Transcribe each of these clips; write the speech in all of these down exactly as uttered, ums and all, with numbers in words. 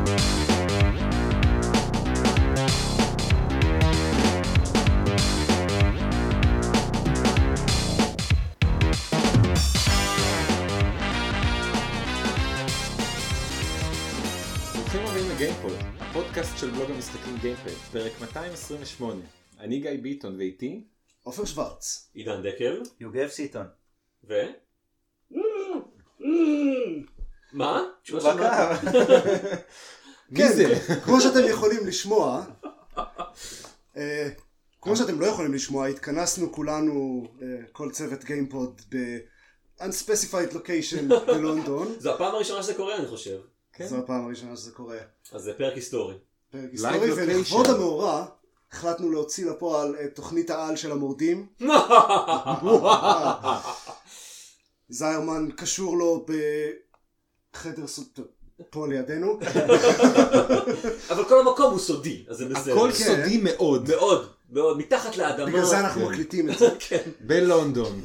הפודקאסט של בלוג המשחקים גיימפד, פרק מאתיים עשרים ושמונה. אני גיא ביטון ואיתי עופר שוורץ, עידן דקל, יוגב סיטון. ו? מה? תשובה קר. כן, כמו שאתם יכולים לשמוע, כמו שאתם לא יכולים לשמוע, התכנסנו כולנו, כל צוות גיימפוד ב-unspecified location בלונדון. זו הפעם הראשונה שזה קורה, אני חושב. זו הפעם הראשונה שזה קורה. אז זה פרק היסטורי. פרק היסטורי, ולכבוד המאורע החלטנו להוציא לפועל את תוכנית העל של המורדים. זיירמן קשור לו בחדר סוד פה לידינו. אבל כל המקום הוא סודי, אז זה בסדר. הכל סודי מאוד. מאוד, מאוד, מתחת לאדמה. בגלל זה אנחנו מקליטים את זה. בלונדון.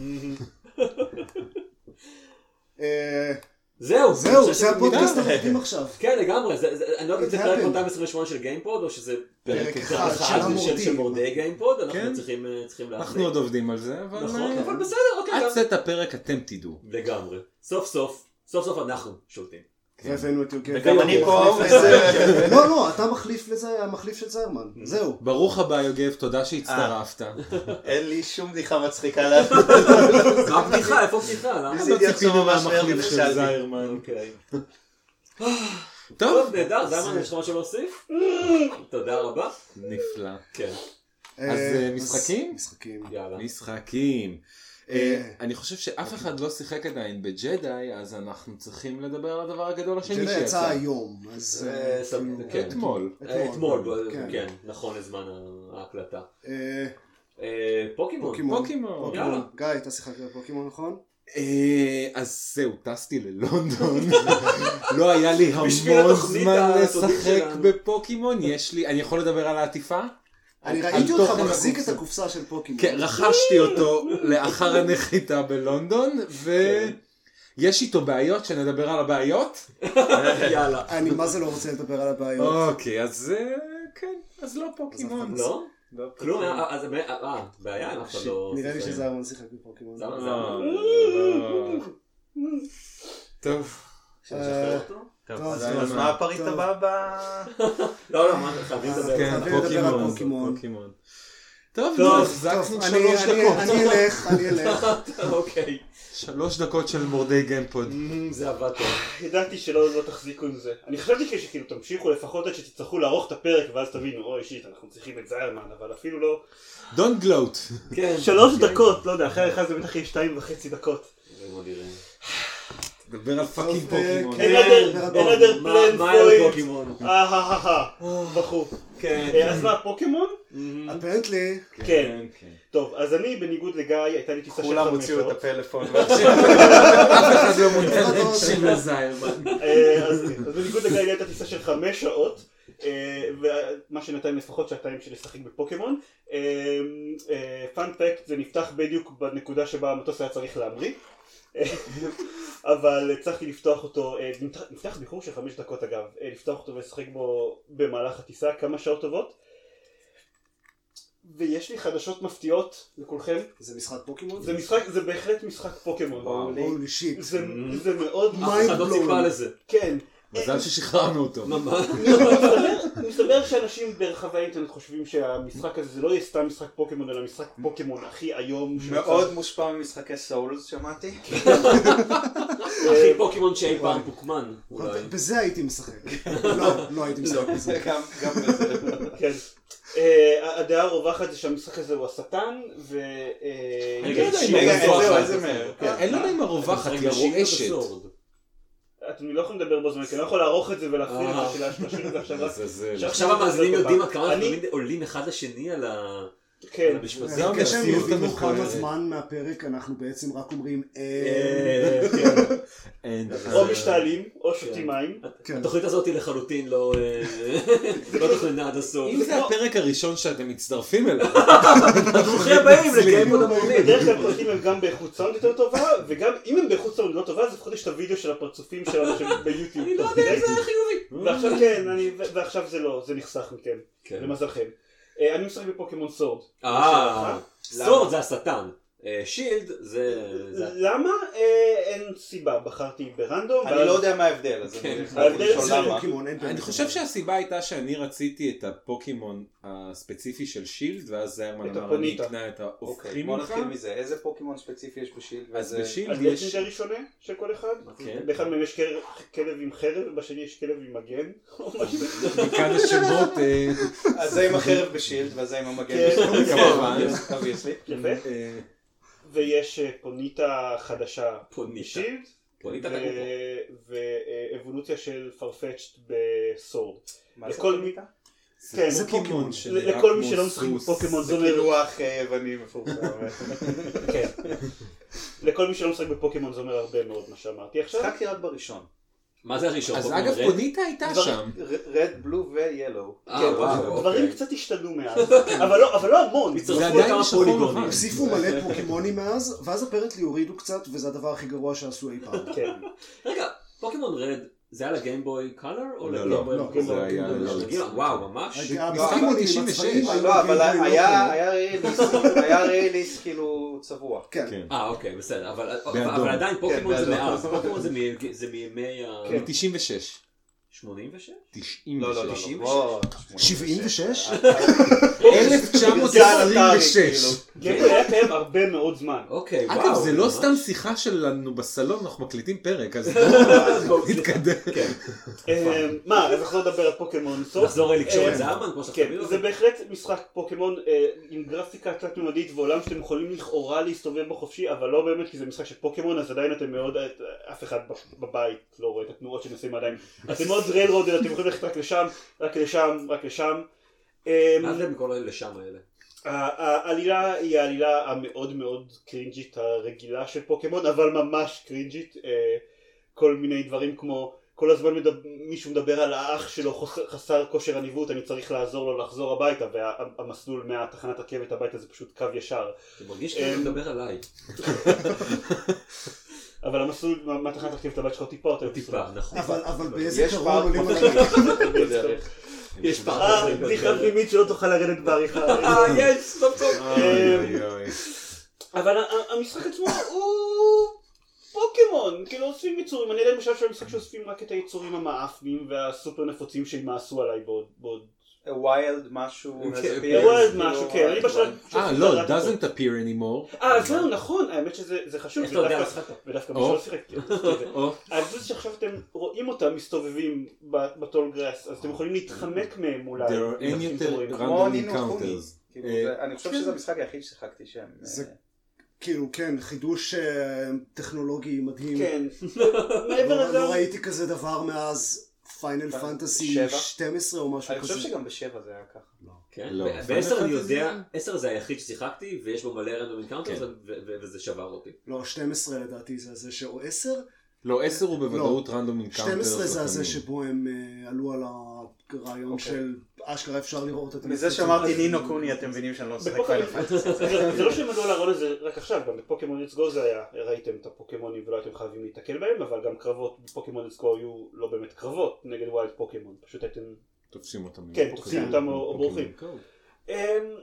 זהו, זהו, זה הפודקאסט המורדים עכשיו. כן, לגמרי, אני לא יודע אם זה פרק מאתיים עשרים ושמונה של גיימפוד, או שזה פרק אחד של מורדי גיימפוד, אנחנו צריכים להחליט. אנחנו עוד עובדים על זה, אבל בסדר, אוקיי. עד צאת הפרק אתם תדעו. לגמרי. סוף סוף, סוף סוף אנחנו שולטים. והבאנו את יוגב. וגם אני פה. לא, לא, אתה מחליף לזה, המחליף של זיירמן. זהו. ברוך הבא יוגב, תודה שהצטרפת. אין לי שום בדיחה מצחיקה לה. מה בדיחה? איפה בדיחה? לא ציפינו מהמחליף של זיירמן. אוקיי. טוב, נהדר, זיירמן יש לך משהו להוסיף? תודה רבה. נפלא. כן. אז משחקים? משחקים. יאללה. משחקים. אני חושב שאף אחד לא שיחק עדיין בג'די, אז אנחנו צריכים לדבר על הדבר הגדול השני שיצא. ג'די יצא היום, אז אתמול. אתמול, כן, נכון לזמן ההקלטה. פוקימון. פוקימון. גיא, אתה שיחקת בפוקימון, נכון? אז זהו, טסתי ללונדון, לא היה לי המון זמן לשחק בפוקימון, יש לי, אני יכול לדבר על העטיפה? אני ראיתי אותך מחזיק את הקופסה של פוקימון. כן, רכשתי אותו לאחר הנחיתה בלונדון, ויש איתו בעיות, שנדבר על הבעיות? יאללה. אני מה זה לא רוצה לדבר על הבעיות. אוקיי, אז כן, אז לא פוקימון. לא? כלום, אז אה, בעיה, אנחנו לא... נראה לי שזיירמן שיחק בפוקימון. טוב. שנשחרר אותו? אז מה הפריט הבא ב... לא, לא, מה, חייבים לדבר על פוקימון. טוב, נו, החזקנו שלוש דקות. אני אלך, אני אלך. אוקיי. שלוש דקות של מורדי גיימפוד. זה עבד טוב. ידעתי שלא תחזיקו עם זה. אני חשבתי שכאילו תמשיכו לפחות עד שתצטרכו לערוך את הפרק ואז תבינו, אוי שיט, אנחנו צריכים את זיירמן, אבל אפילו לא... Don't gloat. שלוש דקות, לא יודע, אחרי אחד זה בטח יהיה שתיים וחצי דקות. דבר על פאקינג פוקימון. another plan מה היה פוקימון? אהההה, בחור. אז מה, פוקימון? אפרנטלי. כן. טוב, אז אני בניגוד לגיא, הייתה לי טיסה של חמש שעות. כולם הוציאו את הפלאפון. אף אחד לא מונח להקשיב לזיירמן. אז בניגוד לגיא הייתה טיסה של חמש שעות, ומה שנתיים לפחות שעתיים של לשחק בפוקימון. פאנפקט, זה נפתח בדיוק בנקודה שבה המטוס היה צריך להמריא. אבל הצלחתי לפתוח אותו, נפתח באיחור של חמש דקות אגב, לפתוח אותו ולשחק בו במהלך הטיסה כמה שעות טובות. ויש לי חדשות מפתיעות לכולכם. זה משחק פוקימון? זה משחק, זה בהחלט משחק פוקימון. הולי שיט. זה מאוד אף אחד לא ציפה לזה. כן. מזל ששחררנו אותו. ממש. מסתבר שאנשים ברחבי האינטרנט חושבים שהמשחק הזה זה לא יהיה סתם משחק פוקימון, אלא משחק פוקימון הכי היום. מאוד מושפע ממשחקי סאולס, שמעתי. הכי פוקימון שאי פעם פוקמן. בזה הייתי משחק. לא, לא הייתי משחק בזה. גם בזה. כן. הדעה הרווחת זה שהמשחק הזה הוא השטן, ו... אני לא יודע אם הרווחת. אין לא יודע אם הרווחת, היא הרועשת. אתם לא יכולים לדבר בו זמן, כי אני לא יכול לערוך את זה ולהפריד את זה, להשאיר את זה עכשיו. עכשיו המאזינים יודעים עד כמה אנחנו עולים אחד לשני על ה... כן. זה כשהם יבינו כמה זמן מהפרק אנחנו בעצם רק אומרים או משתעלים או שותים מים. התוכנית הזאת היא לחלוטין לא תוכננה עד הסוף. אם זה הפרק הראשון שאתם מצטרפים אליו, ברוכים הבאים לגיימפוד המורדים. בדרך כלל פרקים הם גם באיכות סאונד יותר טובה, וגם אם הם באיכות סאונד לא טובה אז לפחות יש את הוידאו של הפרצופים שלנו ביוטיוב. אני לא יודע אם זה חיובי. ועכשיו כן, אני, ועכשיו זה לא, זה נחסך מכם, כן. למזלכם. אה, אני משחק בפוקימון סורד. אה, סורד זה השטן. שילד זה... למה? אה, אין סיבה, בחרתי ברנדום. אני לא יודע מה ההבדל, אז אני ההבדל זה זה פוקימון, אין אני חושב שהסיבה הייתה שאני רציתי את הפוקימון הספציפי של שילד, ואז זיירמן את אמר אני הפוניטה. אקנה את אוקיי, ההופכים בוא ממך. נתחיל מזה, איזה פוקימון ספציפי יש בשילד? אז ואיזה- בשילד אז יש... לג'נדרי שונה של כל אחד? כן. באחד מהם יש כלב- כלב עם חרב, ובשני יש כלב עם מגן. או משהו. מכאן השמות... אה, אז זה עם החרב בשילד, וזה עם המגן כן. בשילד. כמובן. obviously. יפה. אה, ויש אה, פוניטה חדשה פוניטה. בשילד. פוניטה ו- תקופו. ואבולוציה של פרפצ'ט בסורד. מה זה לכל פוניטה? כן, זה פוקימון. פוקימון שנראה לכל כמו מי שלא משחק סוס. בפוקימון זה זה אומר... קילוח אה, יווני מפורסם. כן. לכל מי שלא משחק בפוקימון זה אומר הרבה מאוד מה שאמרתי עכשיו. משחקתי רק בראשון. מה זה הראשון? אז פוקימון אגב רד? פוניטה הייתה דבר- שם. רד, בלו ויילו. אה, כן, וואו, דברים אוקיי. קצת השתנו מאז, אבל לא- אבל לא המון. מצטרפו זה עדיין לכמה שחור פוליגונים. לבן. הוסיפו מלא פוקימונים מאז, ואז אפרנטלי הורידו קצת, וזה הדבר הכי גרוע שעשו אי פעם. כן. רגע, פוקימון רד זה היה לגיימבוי קולר? או לא, לגיימבוי לא, פוקימון? זה היה- לא, רגיל? וואו, ממש? המשחקים עם תשעים ושש. הצבעים היו לא, אבל גיימבוי לא היה קולר. היה רייליס, היה רייליס כאילו צבוע. כן. כן. אה, אוקיי, בסדר. אבל באדום. אבל עדיין פוקימון זה באדום. מאז. פוקימון זה מ- זה מימי ה... כן. מ-תשעים ושש. שמונים ושש? תשעים לא, לא, לא. ושש. בוא, שבעים ושש? אלף תשע מאות עשרים ושש. גיימבוי היה קיים הרבה מאוד זמן. אוקיי, וואו. אגב, זה לא ממש. סתם שיחה שלנו בסלון, אנחנו מקליטים פרק, אז בואו, בואו נתקדם. כן. אה, מה, אז נחזור לדבר על פוקימון סוף. נחזור לקשור אה, את זרמן, כמו שאתה כן, תמיד זה בהחלט משחק פוקימון אה, עם גרפיקה תלת-ממדית ועולם שאתם יכולים לכאורה להסתובב בו חופשי, אבל לא באמת כי זה משחק של פוקימון, אז עדיין אתם מאוד, אף אחד בבית לא רואה את התנועות שנעשים עדיין. אתם מאוד ריילרודד, אתם יכולים ללכת רק לשם, רק לשם, רק לשם. אה, מה זה מכל אלה לשם האלה? העלילה היא העלילה המאוד מאוד קרינג'ית הרגילה של פוקימון, אבל ממש קרינג'ית. אה, כל מיני דברים כמו כל הזמן מדבר, מישהו מדבר על האח שלו חסר, חסר כושר עניבות, אני צריך לעזור לו לחזור הביתה, והמסלול מהתחנת רכבת הביתה זה פשוט קו ישר. זה מרגיש כאילו מדבר עליי. אבל המסלול מהתחנת רכבת הביתה שלך טיפה יותר טיפה, נכון. אבל אבל באיזה יש קרון פער עולים על כמו בדרך. יש פעם. אה, בדיחה פנימית שלא תוכל לרדת בעריכה. אה, יש, סוף סוף. אוי, אוי. אבל ה- המשחק עצמו הוא פוקימון, כאילו אוספים יצורים, אני יודע למשל שהמשחק שאוספים רק את היצורים המאפנים והסופר נפוצים שימאסו עליי בעוד, בעוד... ווילד משהו. ווילד משהו, כן, אני בשלב... אה, לא, it doesn't appear anymore. אה, זהו, נכון, האמת שזה זה חשוב, איך אתה יודע ודווקא- לשחק? ודווקא מי או. שלא שיחק, או, האמת זה שעכשיו אתם רואים אותם מסתובבים בטול גראס, אז אתם יכולים להתחמק מהם אולי. there are אם אין אתם יותר רואים. כמו random נינו קוני. encounters. כאילו, אה, זה- אני חושב שזה המשחק היחיד ששיחקתי שם. זה- אה, כאילו, כן, חידוש אה, טכנולוגי מדהים. כן, לא מעבר לזה... לא ראיתי כזה דבר מאז פיינל פנטסי שבע? שתים עשרה או משהו אני כזה. חושב שגם בשבע זה היה ככה. כן, לא. ב- בעשר אני Final יודע, Fantasy? עשר זה היחיד ששיחקתי ויש בו מלא רנדום אינקאונטרס כן. וזה שבר אותי. לא, שתים עשרה לדעתי זה הזה ש... או עשר? לא, עשר הוא בוודאות random encounters. שתים עשרה זה הזה לפעמים. שבו הם אה, עלו על הרעיון אוקיי. של אשכרה אפשר לראות את... מזה המפלצות. שאמרתי נינו קוני אתם מבינים שאני לא משחק פיינל בפוקימון, פנטסי. זה זה לא שהם עלו על הרעיון הזה רק עכשיו, גם בפוקימון Let's Go זה היה, ראיתם את הפוקימונים ולא הייתם חייבים להתקל בהם, אבל גם קרבות בפוקימון Let's Go היו לא באמת קרבות נגד ווילד פוקימון, פשוט הייתם, תופסים אותם. כן, עם תופסים פוקימון- אותם או- או פוקימון בורחים. קוד. אמ,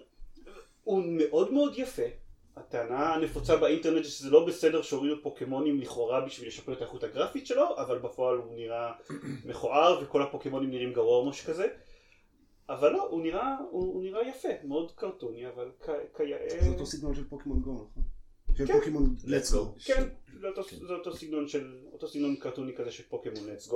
הוא מאוד מאוד יפה. הטענה הנפוצה באינטרנט זה שזה לא בסדר שהורידו פוקימונים לכאורה בשביל לשפר את האיכות הגרפית שלו, אבל בפועל הוא נראה מכוער וכל הפוקימונים נראים גרוע או משהו כזה. אבל לא, הוא נראה, הוא, הוא נראה יפה, מאוד קרטוני, אבל כ- כיאה... זה אותו סגנון של פוקימון גו, נכון? של כן. פוקימון Let's Go. כן, זה אותו, זה אותו סגנון של, אותו סגנון קרטוני כזה של פוקימון Let's Go.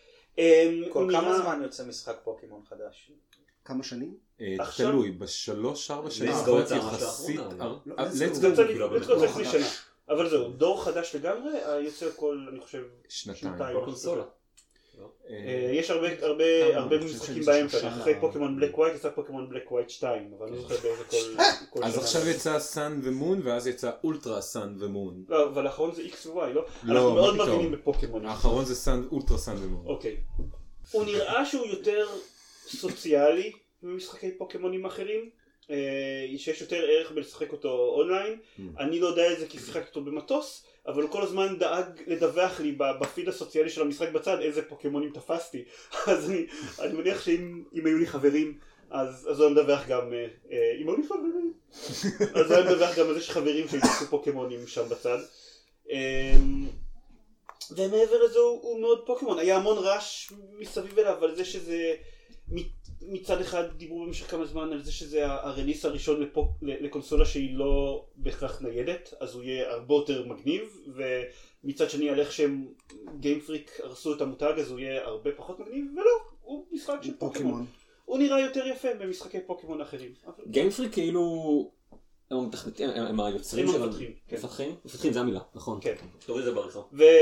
אמ, הוא כל כמה נראה- זמן יוצא משחק פוקימון חדש? כמה שנים? אה, עכשיו- תלוי, בשלוש ארבע שנים Let's Go האחרונות יצא ממש יחסית... לאחרונה, הר- לא, אה, Let's Let's Go. זה Go יוצא כאילו, לי- אבל Let's Go לא יוצא לפני חדש. שנה. אבל זהו, דור חדש לגמרי, יוצא כל, אני חושב, שנתיים. שנתיים. כל קונסולה. אה, אה, יש הרבה הרבה כמה? הרבה אני חושב משחקים שזה באמצע, שנה. אחרי פוקימון בלק ווייט יצא פוקימון בלק ווייט שתיים, אבל אני לא זוכר באיזה כל כל אז שנה. עכשיו יצא סאן ומון, ואז יצא אולטרה סאן ומון. לא, אבל האחרון זה X ו-Y, לא? לא, אנחנו מה מאוד פתאום? מבינים בפוקימונים. האחרון זה סאן, אולטרה סאן ומון. אוקיי. הוא נראה שהוא יותר סוציאלי ממשחקי פוקימונים אחרים, אה, שיש יותר ערך בלשחק אותו אונליין. Mm. אני לא יודע את זה כי שיחקתי אותו במטוס, אבל הוא כל הזמן דאג לדווח לי בפיד הסוציאלי של המשחק בצד איזה פוקימונים תפסתי. אז אני, אני מניח שאם היו לי חברים, אז, אז הוא מדווח גם, אם היו לי חברים, אז הוא מדווח גם על זה שחברים שהתעסקו פוקימונים שם בצד. ומעבר לזה הוא, הוא מאוד פוקימון, היה המון רעש מסביב אליו, אבל זה שזה, מצד אחד דיברו במשך כמה זמן על זה שזה הרליס הראשון לפוק, לקונסולה שהיא לא בהכרח ניידת, אז הוא יהיה הרבה יותר מגניב, ומצד שני על איך שהם גיימפריק הרסו את המותג, אז הוא יהיה הרבה פחות מגניב, ולא, הוא משחק של פוקימון. פוקימון. הוא נראה יותר יפה במשחקי פוקימון אחרים. גיימפריק כאילו... הם מתכנתים, הם היוצרים של המפתחים. מפתחים? מפתחים, זה המילה, נכון. כן. תוריד את זה בעריכה.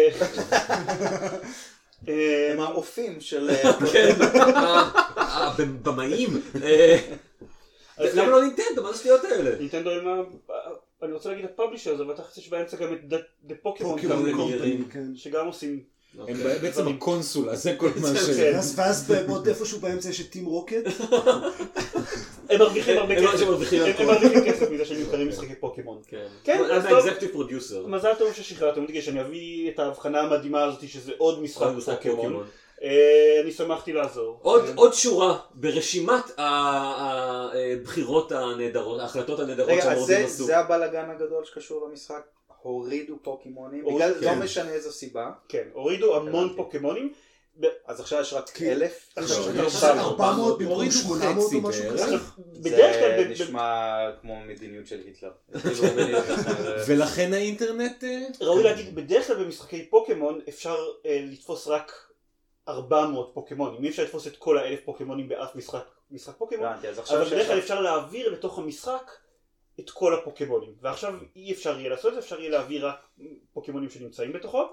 הם האופים של... כן, הבמאים. למה לא נינטנדו? מה זה שטויות האלה? נינטנדו הם ה... אני רוצה להגיד הפאבלישרס, אבל אתה חושב שבאמצע גם את דה פוקימון, שגם עושים... הם בעצם הקונסולה, זה כל מה ש... ואז בעוד איפשהו באמצע יש את טים רוקט. הם מרוויחים הרבה כסף. הם מרוויחים כסף מזה שהם נמכרים משחקי פוקימון. כן, אז האקזקטיב פרודיוסר. מזל טוב ששחררתם אותי, שאני אביא את ההבחנה המדהימה הזאת שזה עוד משחק פוקימון. אני שמחתי לעזור. עוד שורה ברשימת הבחירות הנהדרות, ההחלטות הנהדרות רגע, אז זה הבלגן הגדול שקשור למשחק? הורידו פוקימונים, בגלל לא משנה איזו סיבה. כן, הורידו המון פוקימונים. אז עכשיו יש רק אלף? ארבע מאות במקום שמונה מאות או משהו כזה? זה נשמע כמו מדיניות של היטלר. ולכן האינטרנט... ראוי להגיד, בדרך כלל במשחקי פוקימון אפשר לתפוס רק ארבע מאות פוקימונים. אי אפשר לתפוס את כל האלף פוקימונים באף משחק פוקימון, אבל בדרך כלל אפשר להעביר לתוך המשחק את כל הפוקימונים, ועכשיו אי אפשר יהיה לעשות את זה, אפשר יהיה להעביר רק פוקימונים שנמצאים בתוכו,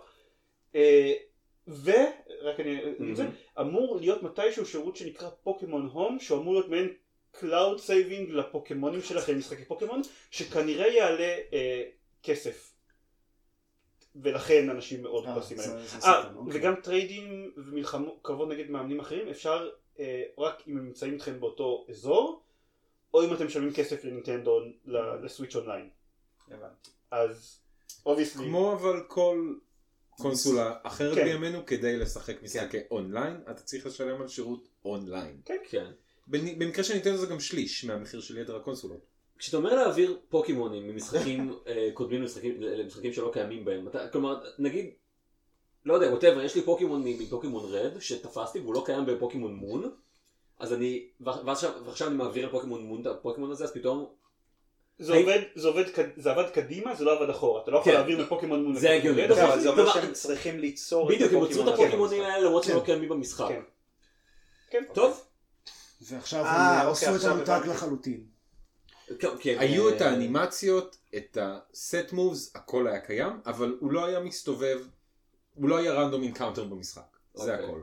ורק אני אגיד זה, אמור להיות מתישהו שירות שנקרא פוקימון הום, שהוא אמור להיות מעין קלאוד סייבינג לפוקימונים שלכם, משחקי פוקימון, שכנראה יעלה כסף, ולכן אנשים מאוד כועסים עליהם. וגם טריידים וקרבות נגד מאמנים אחרים, אפשר רק אם הם נמצאים איתכם באותו אזור, או אם אתם משלמים כסף לנינטנדו לסוויץ' אונליין. אז, obviously... כמו אבל כל קונסולה אחרת בימינו, כדי לשחק משחקי אונליין, אתה צריך לשלם על שירות אונליין. כן. במקרה של נינטנדו זה גם שליש מהמחיר של יתר הקונסולות. כשאתה אומר להעביר פוקימונים ממשחקים קודמים למשחקים שלא קיימים בהם, כלומר, נגיד, לא יודע, whatever, יש לי פוקימון מפוקימון רד, שתפסתי והוא לא קיים בפוקימון מון, אז אני, ועכשיו אני מעביר על פוקימון מון, הפוקימון הזה, אז פתאום... זה עובד, זה עובד, זה עבד קדימה, זה לא עבד אחורה, אתה לא יכול להעביר מפוקימון מון. זה הגיוני. אבל זה אומר שהם צריכים ליצור את הפוקימון. בדיוק, הם יוצרו את הפוקימונים האלה למרות שהם לא קיימים במשחק. כן. טוב. ועכשיו הם עשו את המותג לחלוטין. היו את האנימציות, את הסט מובס, הכל היה קיים, אבל הוא לא היה מסתובב, הוא לא היה רנדום אינקאונטר במשחק. זה הכל.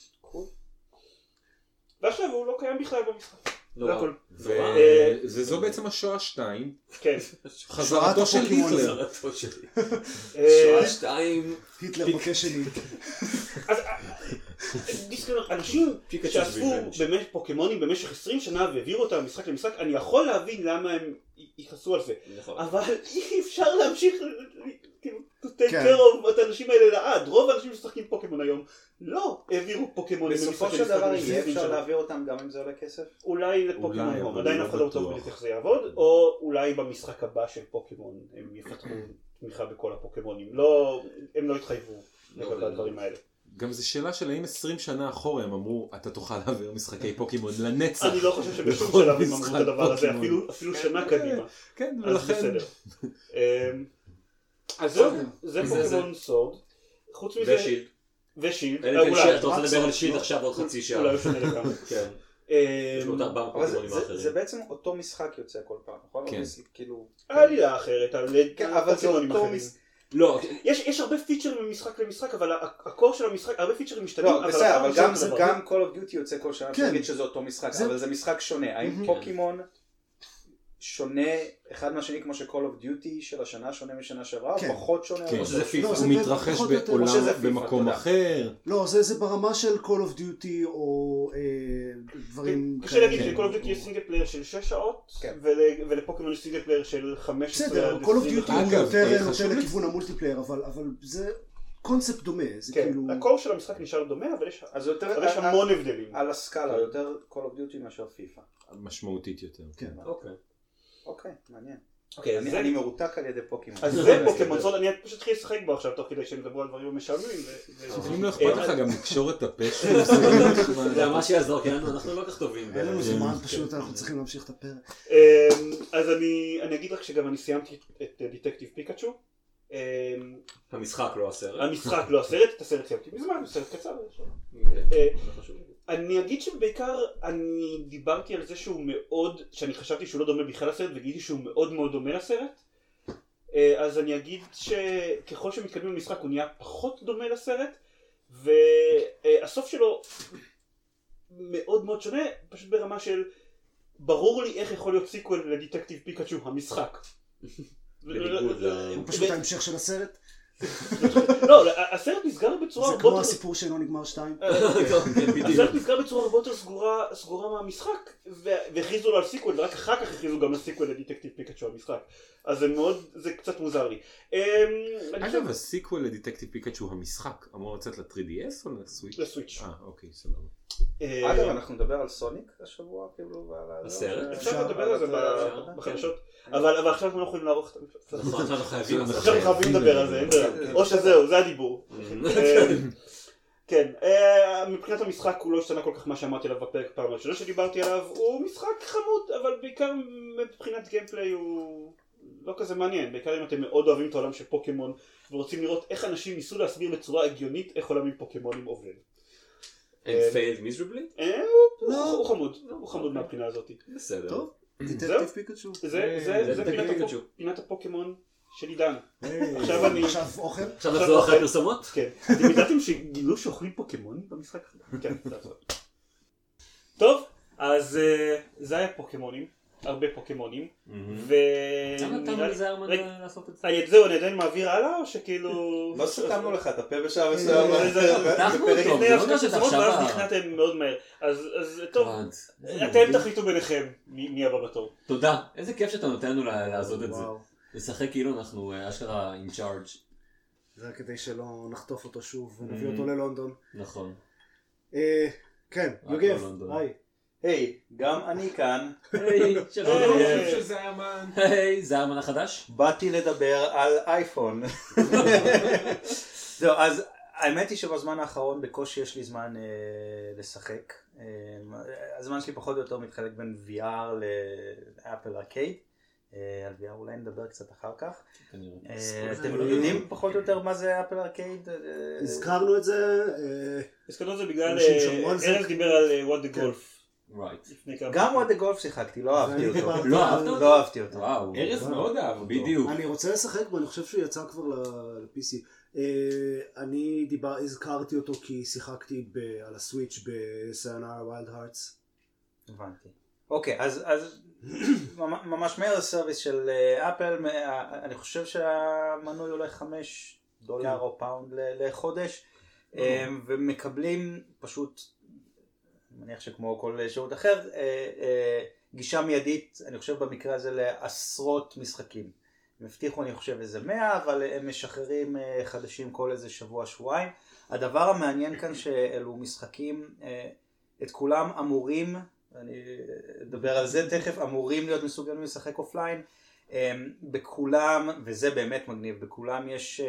ועכשיו הוא לא קיים בכלל במשחק. זה הכל. וזו בעצם השואה שתיים. כן. חזרתו של היטלר. שואה שתיים. היטלר בקשני. אנשים שאספו פוקימונים במשך עשרים שנה והעבירו אותם משחק למשחק, אני יכול להבין למה הם יכעסו על זה. אבל אי אפשר להמשיך to take care of את האנשים האלה לעד. רוב האנשים ששחקים פוקימון היום לא העבירו פוקימונים בסופו של דבר יהיה אפשר להעביר אותם גם אם זה עולה כסף? אולי לפוקימון הום, עדיין אף אחד לא טוב בלי איך זה יעבוד, או אולי במשחק הבא של פוקימון הם יפתחו תמיכה בכל הפוקימונים. הם לא התחייבו לגבי הדברים האלה. גם זו שאלה של האם עשרים שנה אחורה הם אמרו, אתה תוכל להעביר משחקי פוקימון לנצח. אני לא חושב שבשום שלב הם אמרו את הדבר הזה, אפילו שנה קדימה. כן, ולכן. אז בסדר. אז זהו, זה פוקימון סורד. חוץ מזה... ושילד. ושילד. אתה רוצה לדבר על שילד עכשיו עוד חצי שעה. אולי הוא שונה לכמה. כן. יש לו עוד ארבעה פוקימונים האחרים. זה בעצם אותו משחק יוצא כל פעם, נכון? כן. העלילה אחרת, אבל זה אותו משחק. לא, יש הרבה פיצ'רים ממשחק למשחק, אבל הקור של המשחק, הרבה פיצ'רים משתנים. לא, בסדר, אבל גם Call of Duty יוצא כל שנה, נגיד שזה אותו משחק, אבל זה משחק שונה. האם פוקימון שונה אחד מהשני כמו ש-Call of Duty של השנה שונה משנה שעברה, או פחות שונה? כן, הוא מתרחש בעולם במקום אחר. לא, זה ברמה של Call of Duty או דברים קשה להגיד ש-Call of Duty יש סינגל פלייר של שש שעות, ולפוקימון יש סינגל פלייר של חמש עשרה. בסדר, Call of Duty הוא יותר נוטה חשוב לכיוון המולטיפלייר, אבל זה קונספט דומה, זה כן, כאילו... הקור של המשחק נשאר דומה, אבל יש אז יותר אבל יש המון הבדלים. על הסקאלה, יותר Call of Duty מאשר פיפה. משמעותית יותר. כן. אוקיי. אוקיי, מעניין. אוקיי, אני זה- אני מרותק על ידי פוקימון. אז זה פוקימון סוד, אני פשוט התחיל לשחק בו עכשיו תוך כדי שהם מדברו על דברים משעממים. ו- אם לא אכפת לך גם לקשור את הפה שלו, זה זה ממש יעזור, כי אנחנו לא כך טובים. אין לנו זמן פשוט, אנחנו צריכים להמשיך את הפרק. אמ, אז אני אני אגיד רק שגם אני סיימתי את דיטקטיב פיקאצ'ו. אמ, המשחק לא הסרט. המשחק לא הסרט, את הסרט סיימתי מזמן, הוא סרט קצר. אה, אני אגיד שבעיקר אני דיברתי על זה שהוא מאוד, שאני חשבתי שהוא לא דומה בכלל לסרט וגיליתי שהוא מאוד מאוד דומה לסרט. אה, אז אני אגיד שככל שמתקדמים במשחק הוא נהיה פחות דומה לסרט, והסוף שלו מאוד מאוד שונה, פשוט ברמה של ברור לי איך יכול להיות סיקוול לדיטקטיב פיקאצ'ו המשחק. בניגוד ל... הוא פשוט ההמשך של הסרט. לא, הסרט נסגר בצורה זה הרבה כמו יותר... הסיפור שאינו נגמר שתיים. הסרט נסגר בצורה הרבה יותר סגורה, סגורה מהמשחק, והכריזו לו על סיקוול, ורק אחר כך הכריזו גם על סיקוול לדיטקטיב פיקאצ'ו המשחק. אז זה מאוד, זה קצת מוזר לי. אגב, הסיקוול לדטקטיב פיקאצ'ו המשחק אמור לצאת ל-תרי די אס או לסוויץ'? לסוויץ'. אה, אוקיי, סבבה. אגב, אנחנו נדבר על סוניק השבוע, כאילו, ועל... הסרט? אפשר לדבר על זה בחדשות, אבל עכשיו אנחנו לא יכולים לערוך את המפלט. נכון, אנחנו חייבים. עכשיו אנחנו חייבים לדבר על זה, אין ברירה. או שזהו, זה הדיבור. כן, מבחינת המשחק הוא לא השתנה כל כך מה שאמרתי עליו בפרק פעם ראשונה שדיברתי עליו, הוא משחק חמוד, אבל בעיקר מבחינת גיימפליי הוא לא כזה מעניין, בעיקר אם אתם מאוד אוהבים את העולם של פוקימון ורוצים לראות איך אנשים ניסו להסביר בצורה הגיונית איך עולמים פוקימונים עובדים. And failed miserably? הוא חמוד, הוא חמוד מהבחינה הזאת. בסדר. טוב, דיטקטיב פיקאצ'ו. זה פינת הפוקימון של עידן. עכשיו אני... עכשיו אוכל? עכשיו נחזור אחרי פרסומות? כן. אתם ידעתם שגילו שאוכלים פוקימונים במשחק? כן, תעזור. טוב, אז זה היה פוקימונים. הרבה פוקימונים. למה נתנו לזהרמן לעשות את זה? זהו, אני עדיין מעביר הלאה או שכאילו... לא סתמנו לך את הפה בשעה מסוים. פתחנו אותו, לפני לא הפסקת נעשית פרסומות ואז עכשיו. נכנתם מאוד מהר. אז טוב, אתם תחליטו ביניכם מי הבא בתור. תודה. איזה כיף שאתה נותן לנו לעשות את זה. וואו. לשחק כאילו אנחנו אשכרה in charge. זה כדי שלא נחטוף אותו שוב ונביא אותו ללונדון. נכון. כן, רק יוגב, ללונדון. היי. היי, גם אני כאן. היי, שלום. של זהרמן. היי, זהרמן החדש? באתי לדבר על אייפון. זהו, אז האמת היא שבזמן האחרון בקושי יש לי זמן אה, לשחק. אה, הזמן שלי פחות או יותר מתחלק בין וי אר לאפל ארקייד. אה, על וי אר אולי נדבר קצת אחר כך. אה, אתם יודעים פחות או יותר מה זה אפל ארקייד? הזכרנו את זה. הזכרנו את זה בגלל אנשים שמעו על זה. ארז דיבר על What the Golf. Right. לפני כמה גם שנים. וואט דה גולף שיחקתי, לא אהבתי ואני אותו. דיברתי לא על- אהבת אותו? לא אהבתי אותו. וואו. ארז מאוד אהב אותו. בדיוק. אני רוצה לשחק בו, אני חושב שהוא יצא כבר ל-פי סי. אני דיבר, הזכרתי אותו כי שיחקתי ב- על הסוויץ' בסיונרה ווילד הארטס. הבנתי. אוקיי, אז, אז ממ- ממש מהר הסרוויס של אה, אפל, אה, אני חושב שהמנוי עולה חמש דולר או פאונד ל- לחודש, אה, ומקבלים פשוט, אני מניח שכמו כל שירות אחר, אה, אה, גישה מיידית, אני חושב במקרה הזה לעשרות משחקים. הם הבטיחו אני חושב איזה מאה, אבל הם משחררים אה, חדשים כל איזה שבוע שבועיים. הדבר המעניין כאן שאלו משחקים, אה, את כולם אמורים, אני אדבר על זה תכף, אמורים להיות מסוגלים לשחק אופליין. בכולם, וזה באמת מגניב, בכולם יש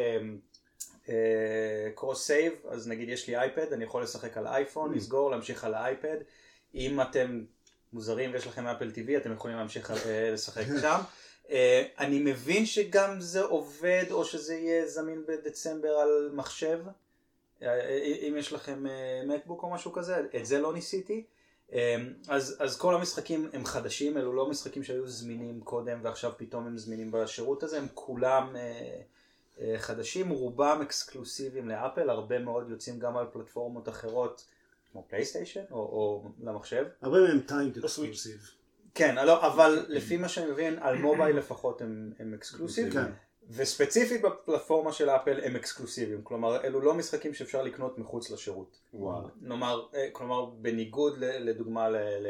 קרוס סייב, אז נגיד יש לי אייפד, אני יכול לשחק על אייפון, לסגור, להמשיך על האייפד. אם אתם מוזרים ויש לכם אפל טי וי, אתם יכולים להמשיך לשחק שם. אני מבין שגם זה עובד, או שזה יהיה זמין בדצמבר על מחשב, אם יש לכם מקבוק או משהו כזה, את זה לא ניסיתי. אז, אז כל המשחקים הם חדשים, אלו לא משחקים שהיו זמינים קודם ועכשיו פתאום הם זמינים בשירות הזה, הם כולם אה, אה, חדשים, רובם אקסקלוסיביים לאפל, הרבה מאוד יוצאים גם על פלטפורמות אחרות כמו פלייסטיישן או, או למחשב. הרבה מהם טיימד אקסקלוסיב. כן, לא, אבל לפי מה שאני מבין, על מובייל לפחות הם, הם אקסקלוסיב. כן. וספציפית בפלטפורמה של אפל הם אקסקלוסיביים, כלומר אלו לא משחקים שאפשר לקנות מחוץ לשירות. וואו. נאמר, כלומר בניגוד לדוגמה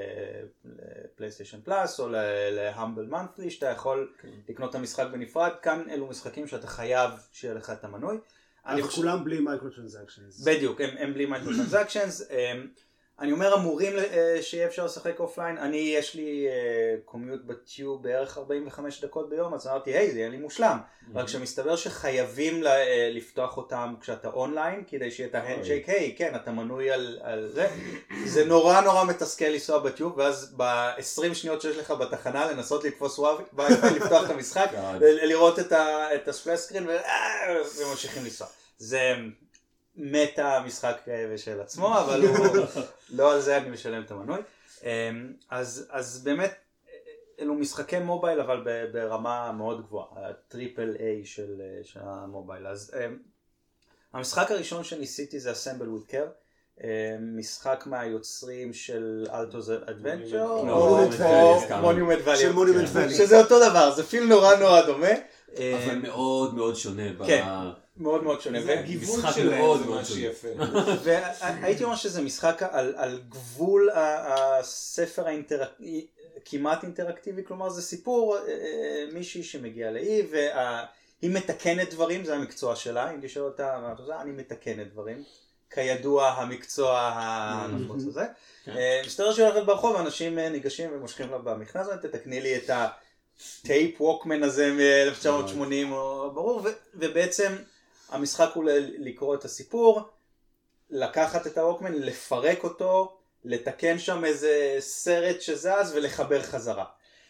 לפלייסטיישן פלאס או להמבל מנת'לי שאתה יכול לקנות את המשחק בנפרד, כאן אלו משחקים שאתה חייב שיהיה לך את המנוי. אבל כולם בלי מייקרו-טרנזקשנס. בדיוק, הם בלי מייקרו-טרנזקשנס. אני אומר אמורים שיהיה אפשר לשחק אופליין, אני יש לי קומיוט בטיוב בערך ארבעים וחמש דקות ביום, אז אמרתי היי זה יהיה לי מושלם, רק שמסתבר שחייבים לפתוח אותם כשאתה אונליין, כדי שיהיה את ההנדשייק, היי כן אתה מנוי על זה, זה נורא נורא מתסכל לנסוע בטיוב, ואז ב-עשרים שניות שיש לך בתחנה לנסות לתפוס וי-פיי, לפתוח את המשחק, לראות את הספלאש סקרין וממשיכים לנסוע. זה מטה המשחק של עצמו, אבל לא על זה אני משלם את המנוי. אז, אז באמת אלו משחקי מובייל, אבל ברמה מאוד גבוהה, הטריפל איי של, של המובייל. אז המשחק הראשון שניסיתי זה Assemble with Care, משחק מהיוצרים של Alto's Adventure, או Monument Valley, שזה אותו דבר, זה פיל נורא נורא דומה. אבל מאוד מאוד שונה. כן. מאוד מאוד שונה. זה הגיוון שלהם, זה משהו יפה. והייתי אומר שזה משחק על, על גבול הספר האינטראקטיבי, כמעט אינטראקטיבי, כלומר זה סיפור מישהי שמגיע לאי, והיא מתקנת דברים, זה המקצוע שלה, אם תשאל אותה מה אתה עושה, אני מתקנת דברים, כידוע המקצוע הנפוץ הזה. מסתבר שהיא הולכת ברחוב, אנשים ניגשים ומושכים לה במכנס, תתקני לי את הטייפ ווקמן הזה מ-אלף תשע מאות שמונים, ברור, ובעצם המשחק הוא לקרוא את הסיפור, לקחת את הווקמן, לפרק אותו, לתקן שם איזה סרט שזז ולחבר חזרה.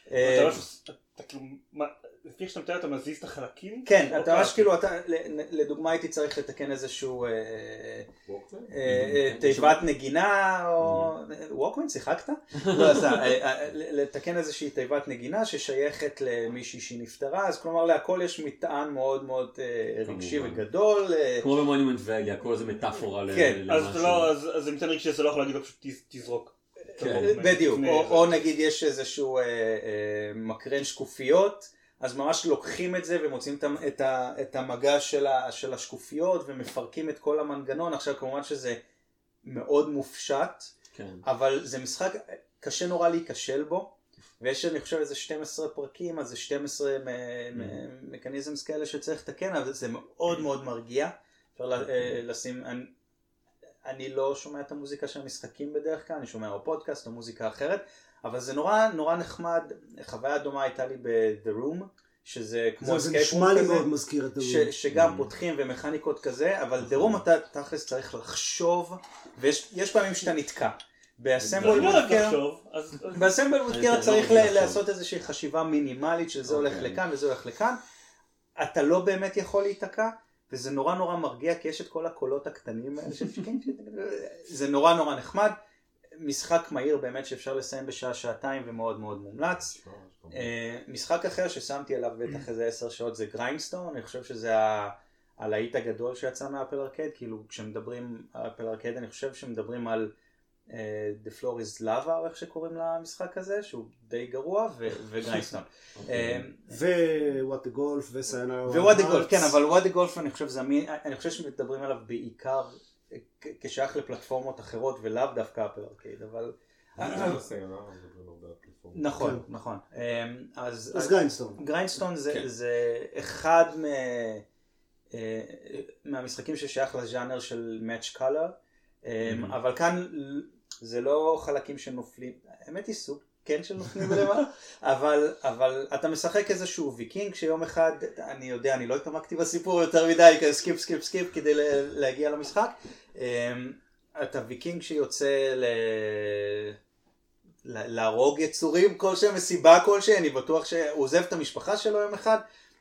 אתה כאילו, לפי שאתה מתאר אתה מזיז את החלקים? כן, אתה ממש כאילו, לדוגמה הייתי צריך לתקן איזשהו תיבת נגינה, או ווקמן, שיחקת? לתקן איזושהי תיבת נגינה ששייכת למישהי שהיא נפטרה, אז כלומר להכל יש מטען מאוד מאוד רגשי וגדול. כמו במונומנט ואלי, הכל זה מטאפורה למשהו. אז זה מצד רגשי שזה לא יכול להגיד לו פשוט תזרוק. בדיוק, או נגיד יש איזשהו מקרן שקופיות, אז ממש לוקחים את זה ומוצאים את המגע של השקופיות ומפרקים את כל המנגנון. עכשיו כמובן שזה מאוד מופשט, אבל זה משחק קשה נורא להיכשל בו, ויש אני חושב איזה שנים עשר פרקים, אז זה שנים עשר מקניזמס כאלה שצריך לתקן, אבל זה מאוד מאוד מרגיע. אפשר לשים, אני לא שומע את המוזיקה של המשחקים בדרך כלל, אני שומע או פודקאסט או מוזיקה אחרת, אבל זה נורא נורא נחמד. חוויה דומה הייתה לי ב-The Room, שזה כמו זה נשמע לי מאוד מזכיר את The Room. שגם פותחים ומכניקות כזה, אבל The Room אתה תכלס צריך לחשוב, ויש פעמים שאתה נתקע. באסמבל ווידקר צריך לעשות איזושהי חשיבה מינימלית, שזה הולך לכאן וזה הולך לכאן. אתה לא באמת יכול להיתקע, וזה נורא נורא מרגיע, כי יש את כל הקולות הקטנים האלה, זה נורא נורא נחמד. משחק מהיר באמת שאפשר לסיים בשעה שעתיים ומאוד מאוד מומלץ. משחק אחר ששמתי עליו בטח איזה עשר שעות זה גריינדסטון, אני חושב שזה הלהיט הגדול שיצא מאפל ארקייד, כאילו כשמדברים על אפל ארקייד אני חושב שמדברים על The Floor is Lava, או איך שקוראים למשחק הזה, שהוא די גרוע, וגריינדסטון. ו-What the Golf, וסיינר. ו-What the Golf, כן, אבל What the Golf אני חושב זה, אני חושב שמדברים עליו בעיקר כשייך לפלטפורמות אחרות ולאו דווקא אפל ארקייד, אבל נכון, נכון. אז גריינדסטון. גריינדסטון זה אחד מהמשחקים ששייך לז'אנר של Match Color, אבל כאן זה לא חלקים שנופלים, האמת היא סוג כן שנופלים בלמה, אבל אבל אתה משחק איזשהו ויקינג שיום אחד, אני יודע, אני לא התעמקתי בסיפור יותר מדי, סקיפ סקיפ סקיפ כדי להגיע למשחק. אתה ויקינג שיוצא להרוג יצורים כלשהם, מסיבה כלשהם, אני בטוח שהוא עוזב את המשפחה שלו יום אחד,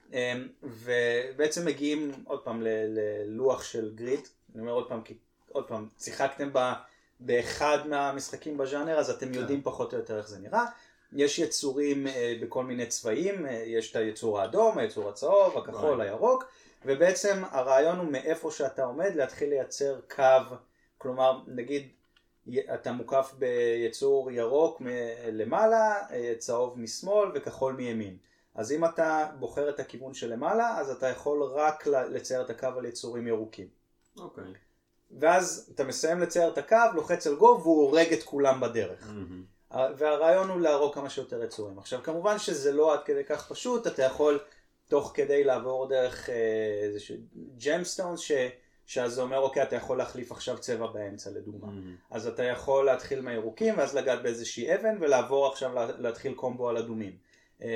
ובעצם מגיעים עוד פעם ללוח של גריד. אני אומר עוד פעם, כי עוד פעם, שיחקתם באחד מהמשחקים בז'אנר, אז אתם יודעים פחות או יותר איך זה נראה. יש יצורים בכל מיני צבעים, יש את היצור האדום, היצור הצהוב, הכחול, הירוק, ובעצם הרעיון הוא מאיפה שאתה עומד להתחיל לייצר קו, כלומר נגיד אתה מוקף ביצור ירוק למעלה, צהוב משמאל וכחול מימין. אז אם אתה בוחר את הכיוון של למעלה, אז אתה יכול רק לצייר את הקו על יצורים ירוקים. אוקיי. ואז אתה מסיים לצייר את הקו, לוחץ על גו, והוא הורג את כולם בדרך. והרעיון הוא להרוג כמה שיותר יצורים. עכשיו, כמובן שזה לא עד כדי כך פשוט, אתה יכול תוך כדי לעבור דרך איזשהו ג'מסטונס, ש... שאז זה אומר, אוקיי, אתה יכול להחליף עכשיו צבע באמצע, לדוגמה. Mm-hmm. אז אתה יכול להתחיל מהירוקים, ואז לגעת באיזושהי אבן, ולעבור עכשיו להתחיל קומבו על אדומים.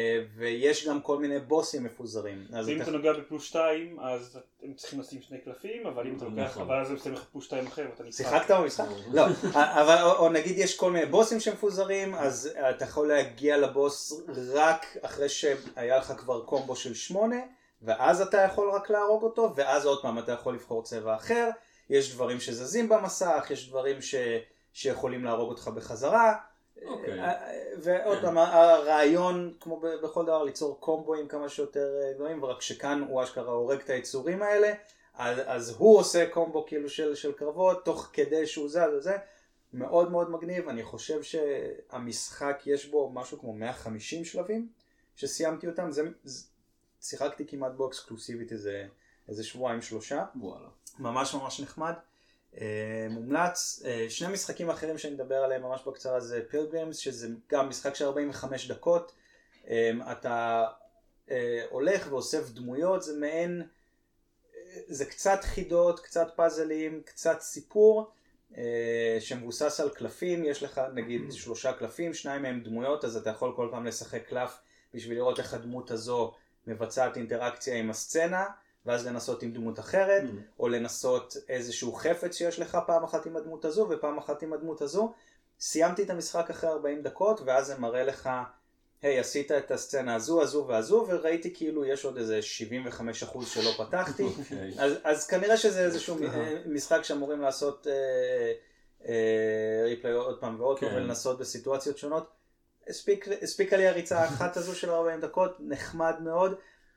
ויש גם כל מיני בוסים מפוזרים. אם אתה נוגע בפלוס שתיים, אז הם צריכים לשים שני קלפים, אבל אם אתה לוקח, אבל אז הם שמים לך פלוס שתיים אחר, ואתה נצחק. שיחקת במשחק? לא, אבל או נגיד יש כל מיני בוסים שמפוזרים, אז אתה יכול להגיע לבוס רק אחרי שהיה לך כבר קומבו של שמונה, ואז אתה יכול רק להרוג אותו, ואז עוד פעם אתה יכול לבחור צבע אחר. יש דברים שזזים במסך, יש דברים ש... שיכולים להרוג אותך בחזרה. אוקיי. ועוד פעם, הרעיון, כמו בכל דבר, ליצור קומבואים כמה שיותר גדולים, ורק שכאן הוא אשכרה הורג את היצורים האלה, אז, אז הוא עושה קומבו כאילו של, של קרבות, תוך כדי שהוא זז וזה. מאוד מאוד מגניב. אני חושב שהמשחק יש בו משהו כמו מאה וחמישים שלבים, שסיימתי אותם. זה... שיחקתי כמעט בו אקסקלוסיבית איזה, איזה שבועיים שלושה. וואלה. ממש ממש נחמד. אה, מומלץ. אה, שני משחקים אחרים שאני מדבר עליהם ממש בקצרה זה פילגרימס, שזה גם משחק של ארבעים וחמש דקות. אה, אתה אה, הולך ואוסף דמויות, זה מעין, אה, זה קצת חידות, קצת פאזלים, קצת סיפור, אה, שמבוסס על קלפים. יש לך נגיד שלושה קלפים, שניים מהם דמויות, אז אתה יכול כל פעם לשחק קלף בשביל לראות איך הדמות הזו מבצעת אינטראקציה עם הסצנה, ואז לנסות עם דמות אחרת, mm-hmm. או לנסות איזשהו חפץ שיש לך פעם אחת עם הדמות הזו, ופעם אחת עם הדמות הזו. סיימתי את המשחק אחרי ארבעים דקות, ואז זה מראה לך, היי, עשית את הסצנה הזו, הזו והזו, וראיתי כאילו יש עוד איזה שבעים וחמישה אחוז שלא פתחתי. Okay. אז, אז כנראה שזה איזשהו משחק שאמורים לעשות אה, אה, ריפלי עוד פעם ועוד פעם, okay. ולנסות בסיטואציות שונות. הספיק, הספיקה לי הריצה האחת הזו של ארבעים דקות, נחמד מאוד.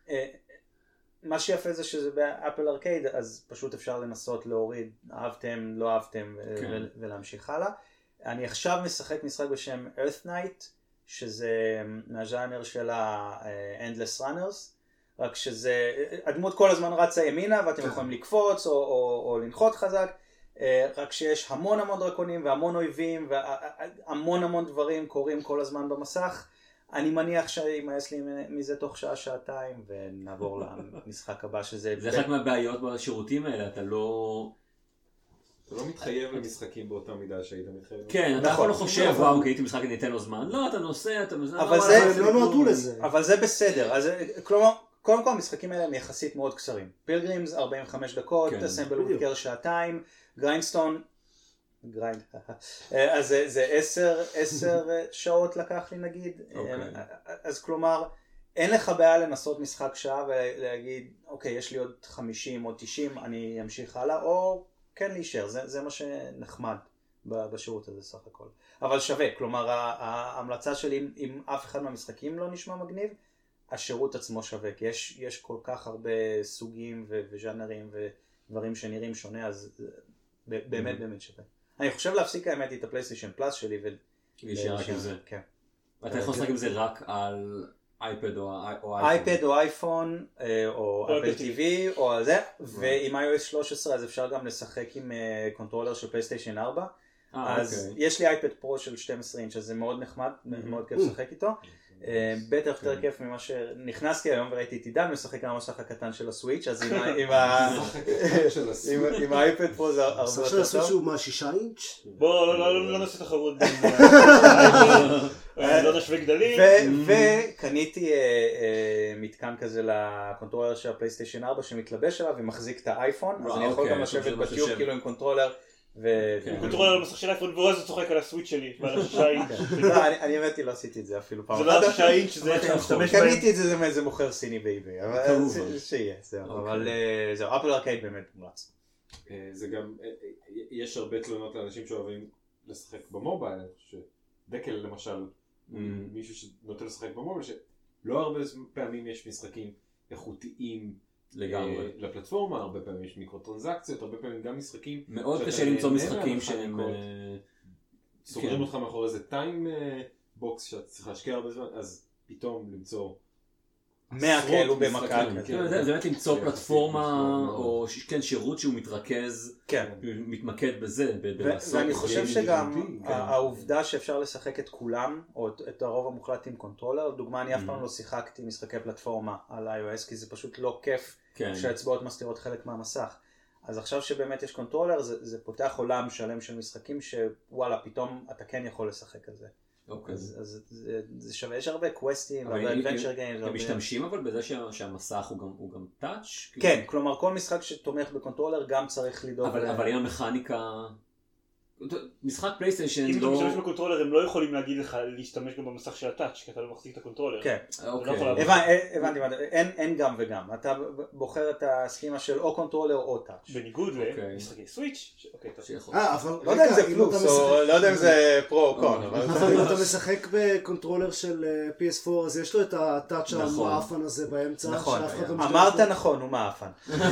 מה שיפה זה שזה באפל ארקייד, אז פשוט אפשר לנסות להוריד, אהבתם, לא אהבתם, כן. ולהמשיך הלאה. אני עכשיו משחק משחק בשם Earth Knight, שזה מהז'אנר של ה-Endless Runners, רק שזה, הדמות כל הזמן רצה ימינה, ואתם יכולים לקפוץ או, או, או לנחות חזק, רק שיש המון המון דרקונים והמון אויבים והמון המון דברים קורים כל הזמן במסך. אני מניח שימאס לי מזה תוך שעה, שעתיים, ונעבור למשחק הבא שזה... זה אחת מהבעיות בשירותים האלה, אתה לא... אתה לא מתחייב למשחקים באותה מידה שהיית מתחייב. כן, אתה יכול לחושב, וואו, כי הייתי משחק, אני אתן לו זמן. לא, אתה נוסע, אתה... אבל זה לא נועדו לזה. אבל זה בסדר. כלומר, קודם כל המשחקים האלה הם יחסית מאוד קצרים. פילגרימס, ארבעים וחמש דקות, אסמבל וביקר שעתיים, גריינדסטון, גריינד, אז זה, זה עשר, עשר שעות לקח לי נגיד, okay. אז כלומר, אין לך בעיה לנסות משחק שעה ולהגיד, אוקיי, יש לי עוד חמישים או תשעים, אני אמשיך הלאה, או כן להישאר, זה, זה מה שנחמד בשירות הזה סך הכל. אבל שווה, כלומר, ההמלצה שלי, אם אף אחד מהמשחקים לא נשמע מגניב, השירות עצמו שווה, כי יש, יש כל כך הרבה סוגים וז'אנרים ודברים שנראים שונה, אז באמת באמת שווה. אני חושב להפסיק האמת את הפלייסטיישן פלאס שלי ולהישאר רק עם זה. כן. אתה יכול לשחק עם זה רק על אייפד או אייפון? אייפד או אייפון או אפל טיווי או על זה, ועם איי או אס שלוש עשרה אז אפשר גם לשחק עם קונטרולר של פלייסטיישן ארבע. אז יש לי אייפד פרו של שתים עשרה אינץ', אז זה מאוד נחמד, מאוד כיף לשחק איתו. בטח יותר כיף ממה שנכנסתי היום וראיתי את עידן משחק על המסך הקטן של הסוויץ', אז עם האייפד פה זה הרבה יותר טוב. של הסוויץ' הוא מה, שישה אינץ'? בוא לא נעשה תחרות, לא נשווה גדלים. וקניתי מתקן כזה לקונטרולר של הפלייסטיישן ארבע שמתלבש עליו ומחזיק את האייפון, אז אני יכול גם לשבת בטיוב כאילו עם קונטרולר. קונטרולר על המסך של אייפון, ואז הוא צוחק על הסוויץ' שלי, ועל השישה אינץ'. אני האמת לא עשיתי את זה אפילו פעם. זה לא השישה אינץ', זה איך אני משתמש בהם. קניתי את זה, זה מאיזה מוכר סיני באיבי, אבל שיהיה, זהו. אבל זהו, אפל ארקייד באמת מומלץ. זה גם, יש הרבה תלונות לאנשים שאוהבים לשחק במובייל, שדקל למשל, מישהו שנוטה לשחק במובייל, שלא הרבה פעמים יש משחקים איכותיים, לגמרי. לפלטפורמה, הרבה פעמים יש מיקרוטרנזקציות, הרבה פעמים גם משחקים. מאוד קשה למצוא משחקים שהם... סוגרים אותך מאחורי איזה טיים בוקס שאתה צריך להשקיע הרבה זמן, אז פתאום למצוא מאה כאלו במכה. זה באמת למצוא פלטפורמה או שירות שהוא מתרכז, מתמקד בזה. ואני חושב שגם העובדה שאפשר לשחק את כולם, או את הרוב המוחלט עם קונטרולר, דוגמה אני אף פעם לא שיחקתי משחקי פלטפורמה על iOS, כי זה פשוט לא כיף שהאצבעות מסתירות חלק מהמסך. אז עכשיו שבאמת יש קונטרולר, זה פותח עולם שלם של משחקים שוואלה, פתאום אתה כן יכול לשחק על זה. אז זה שווה, יש הרבה קווסטים, הרבה אדוונצ'ר גיימס. הם משתמשים אבל בזה שהמסך הוא גם טאץ'? כן, כלומר כל משחק שתומך בקונטרולר גם צריך לדאוג. אבל אם המכניקה... משחק פלייסטיישן לא... אם אתה משתמש בקונטרולר הם לא יכולים להגיד לך להשתמש גם במסך של הטאץ' כי אתה לא מחזיק את הקונטרולר. כן, הבנתי, אין גם וגם. אתה בוחר את הסכימה של או קונטרולר או טאץ'. בניגוד למשחקי סוויץ'. לא יודע אם זה פלוס או לא יודע אם זה פרו או קון. אבל אם אתה משחק בקונטרולר של פי אס פור אז יש לו את הטאץ' המאפן הזה באמצע. נכון, אמרת נכון, הוא מאפן.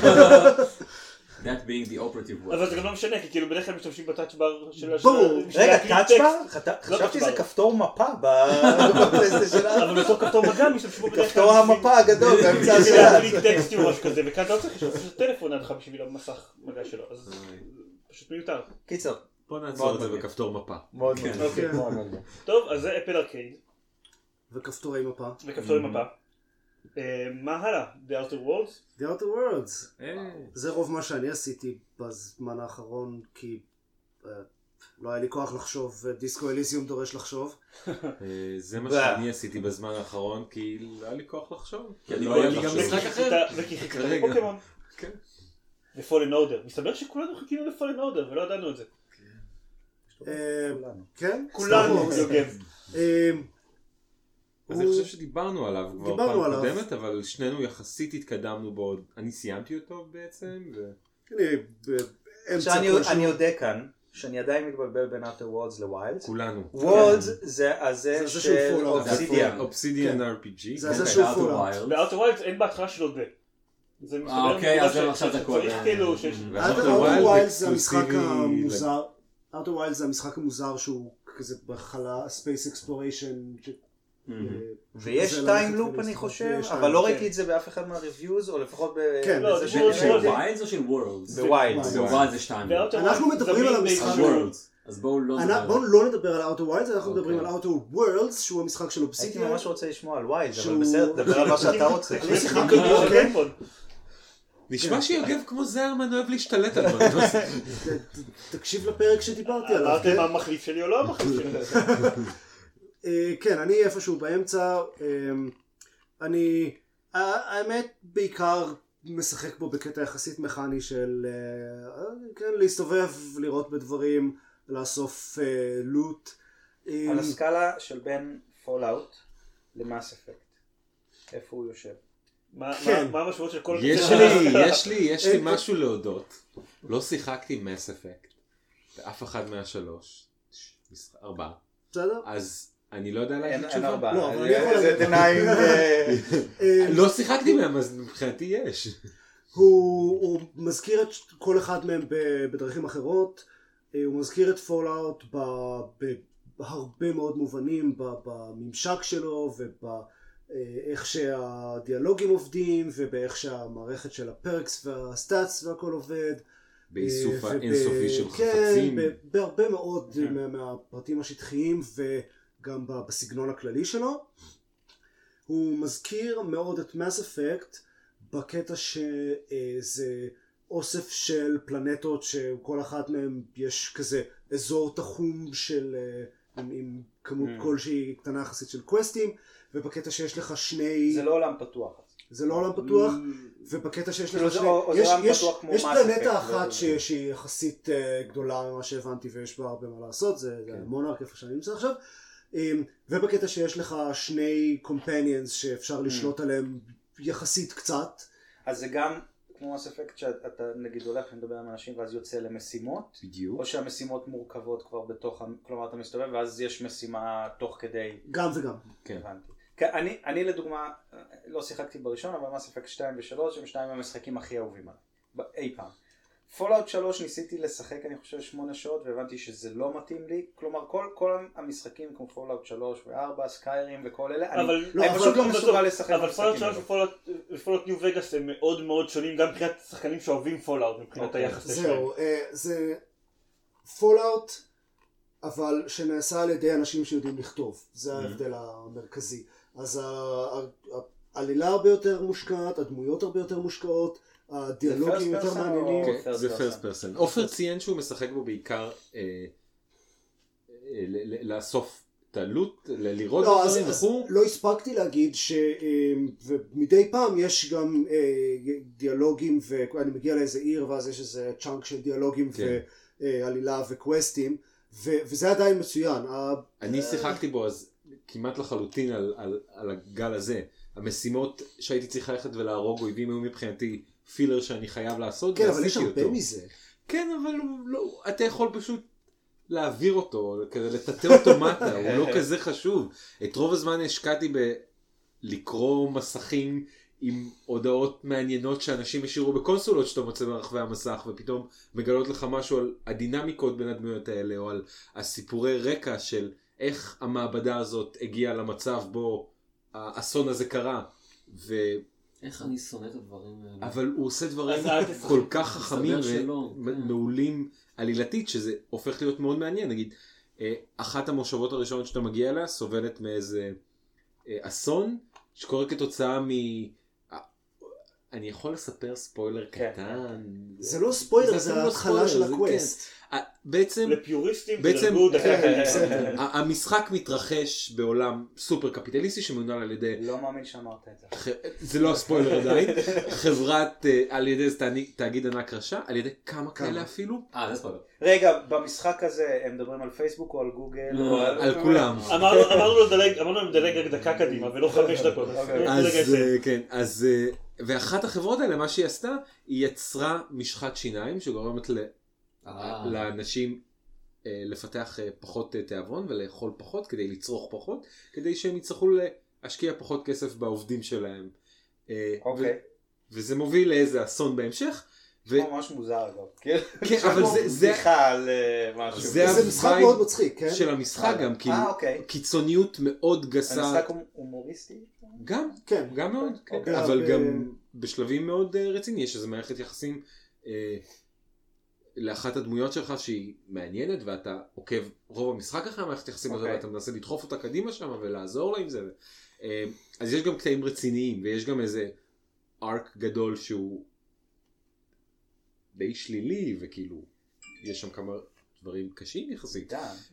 That being the operative word. אבל זה גם לא משנה, כי כאילו בדרך כלל משתמשים בטאץ' בר של... רגע, טאץ' בר? חשבתי שזה כפתור מפה בפלייסטיישן שלנו. אבל בתור כפתור מגן משתמשו בדרך כלל... כפתור המפה הגדול באמצע שלנו. להקליט טקסט או משהו כזה, וכאן אתה לא צריך לשתף טלפון עד לך בשביל המסך מגע שלו, אז פשוט מיותר. קיצר. בוא נעצור את זה בכפתור מפה. מאוד מאוד. טוב, אז זה אפל ארקייד. וכפתורי מפה. וכפתורי מפה. מה הלאה? The Outer Worlds? The Outer Worlds. זה רוב מה שאני עשיתי בזמן האחרון, כי לא היה לי כוח לחשוב, דיסקו אליזיום דורש לחשוב. זה מה שאני עשיתי בזמן האחרון, כי לא היה לי כוח לחשוב. כי לא היה לי גם משחק אחר. וכי חיכית לפוקימון. כן. ל-Fallen Order. מסתבר שכולנו חיכינו ל-Fallen Order, ולא ידענו את זה. כן? כולנו, יוגב. אז אני חושב שדיברנו עליו כבר פעם קודמת, אבל שנינו יחסית התקדמנו בו, אני סיימתי אותו בעצם. אני יודע כאן, שאני עדיין מתבלבל בין Outer Worlds ל-Wilds. כולנו. Worlds זה הזה של אובסידיאן. אובסידיאן אר פי ג'י. זה הזה שהוא פולאאוט. ב-Outer Worlds אין בהתחלה שלו דה. אוקיי, אז עכשיו זה הכל. Outer Wilds זה המשחק המוזר. Outer Wilds זה המשחק המוזר שהוא כזה בחלה ספייס אקספלוריישן. ויש טיים לופ אני חושב, אבל לא ראיתי את זה באף אחד מהריוויוז, או לפחות בזה של ווילדס או של וורלדס? בווילדס. בווילדס יש טיים לופ. אנחנו מדברים על המשחק אז בואו לא נדבר על Outer Wilds, אנחנו מדברים על Outer Worlds שהוא המשחק של אובסידיאן. הייתי ממש רוצה לשמוע על ווילדס, אבל בסדר, דבר על מה שאתה רוצה. נשמע שיוגב כמו זרמן אוהב להשתלט על דברים. תקשיב לפרק שדיברתי עליו. אמרתם מה המחליף שלי או לא המחליף שלי? כן, אני איפשהו באמצע. אני, האמת, בעיקר משחק בו בקטע יחסית מכני של להסתובב, לראות בדברים, לאסוף לוט. על הסקאלה של בין פולאאוט למאס אפקט, איפה הוא יושב? מה המשמעות של כל... יש לי, יש לי, יש לי משהו להודות. לא שיחקתי מס אפקט באף אחד מהשלוש, ארבעה. בסדר? אז אני לא יודע להגיד תשובה. אין ארבעה. זה תנאים... לא שיחקתי מהם, אז מבחינתי יש. הוא מזכיר את כל אחד מהם בדרכים אחרות. הוא מזכיר את פולאאוט בהרבה מאוד מובנים, בממשק שלו ובאיך שהדיאלוגים עובדים ובאיך שהמערכת של הפרקס והסטאטס והכל עובד. באיסוף האינסופי של חפצים. כן, בהרבה מאוד מהפרטים השטחיים וגם בסגנון הכללי שלו. הוא מזכיר מאוד את Mass Effect בקטע שזה אוסף של פלנטות שכל אחת מהן יש כזה אזור תחום של עם, עם כמות כלשהי קטנה יחסית של קווסטים, ובקטע שיש לך שני... זה לא עולם פתוח. זה לא עולם פתוח, ובקטע שיש לך שני... יש, יש, יש פלנטה אחת שהיא יחסית גדולה ממה שהבנתי ויש בה הרבה מה לעשות, זה מונארק איפה שאני נמצא עכשיו, ובקטע שיש לך שני קומפניאנס שאפשר לשלוט עליהם יחסית קצת. אז זה גם כמו Mass Effect שאתה נגיד הולך ומדבר עם אנשים ואז יוצא למשימות, בדיוק. או שהמשימות מורכבות כבר בתוך, כלומר אתה מסתובב ואז יש משימה תוך כדי. גם וגם. כן. הבנתי. אני, אני לדוגמה לא שיחקתי בראשון, אבל Mass Effect שתיים ושלוש הם שתיים המשחקים הכי אהובים עליי, אי פעם. פולאאוט שלוש ניסיתי לשחק אני חושב שמונה שעות והבנתי שזה לא מתאים לי, כלומר כל, כל המשחקים כמו פולאאוט שלוש וארבע, סקיירים וכל אלה, אבל, אני, לא, אני אבל, פשוט לא אבל, מסוגל לשחק אבל במשחקים פולאאוט שלוש ופולאאוט ניו וגאס הם מאוד מאוד שונים גם מבחינת שחקנים שאוהבים פולאאוט מבחינת אוקיי. היחס שלהם. זהו, אה, זה פולאאוט אבל שנעשה על ידי אנשים שיודעים לכתוב, זה ההבדל המרכזי. אז העלילה הרבה יותר מושקעת, הדמויות הרבה יותר מושקעות, הדיאלוגים יותר מעניינים. זה פרסט פרסן. עופר ציין שהוא משחק בו בעיקר לאסוף את הלוט, לראות דברים וכו'. לא הספקתי להגיד שמדי פעם יש גם דיאלוגים, ואני מגיע לאיזה עיר ואז יש איזה צ'אנק של דיאלוגים ועלילה וקווסטים, וזה עדיין מצוין. אני שיחקתי בו אז כמעט לחלוטין על הגל הזה. המשימות שהייתי צריך ללכת ולהרוג אויבים היו מבחינתי פילר שאני חייב לעשות. כן, אבל יש הרבה מזה. כן, אבל לא, אתה יכול פשוט להעביר אותו, כדי לטאטא אותו מטה, הוא לא כזה חשוב. את רוב הזמן השקעתי בלקרוא מסכים עם הודעות מעניינות שאנשים השאירו בקונסולות שאתה מוצא ברחבי המסך, ופתאום מגלות לך משהו על הדינמיקות בין הדמויות האלה, או על הסיפורי רקע של איך המעבדה הזאת הגיעה למצב בו האסון הזה קרה. ו... איך אני שונא את הדברים האלה. אבל הוא עושה דברים כל כך חכמים ומעולים עלילתית, שזה הופך להיות מאוד מעניין. נגיד, אחת המושבות הראשונות שאתה מגיע אליה סובלת מאיזה אסון שקורה כתוצאה מ... אני יכול לספר ספוילר קטן? זה לא ספוילר, זה ההתחלה של הקווסט. בעצם, לפיוריסטים, בעצם המשחק מתרחש בעולם סופר קפיטליסטי שמנוהל על ידי... לא מאמין שאמרת את זה. זה לא הספוילר עדיין. חברת על ידי תאגיד ענק רשע, על ידי כמה כאלה אפילו. אה, זה ספוילר. רגע, במשחק הזה הם מדברים על פייסבוק או על גוגל? על כולם. אמרנו לו לדלג רק דקה קדימה ולא חמש דקות. אז כן, אז... ואחת החברות האלה, מה שהיא עשתה, היא יצרה משחת שיניים שגורמת לאנשים לפתח פחות תיאבון ולאכול פחות כדי לצרוך פחות, כדי שהם יצטרכו להשקיע פחות כסף בעובדים שלהם. אוקיי. וזה מוביל לאיזה אסון בהמשך. זה ממש מוזר אגב. כן, אבל זה... בדיחה על משהו. זה משחק מאוד מצחיק, כן? של המשחק גם, כאילו קיצוניות מאוד גסה. המשחק הומוריסטי? גם, כן. גם מאוד, אבל גם בשלבים מאוד רציני. יש איזו מערכת יחסים לאחת הדמויות שלך שהיא מעניינת, ואתה עוקב רוב המשחק אחרי המערכת יחסים הזה, ואתה מנסה לדחוף אותה קדימה שם ולעזור לה עם זה. אז יש גם קטעים רציניים, ויש גם איזה ארק גדול שהוא די שלילי, וכאילו יש שם כמה דברים קשים יחסית.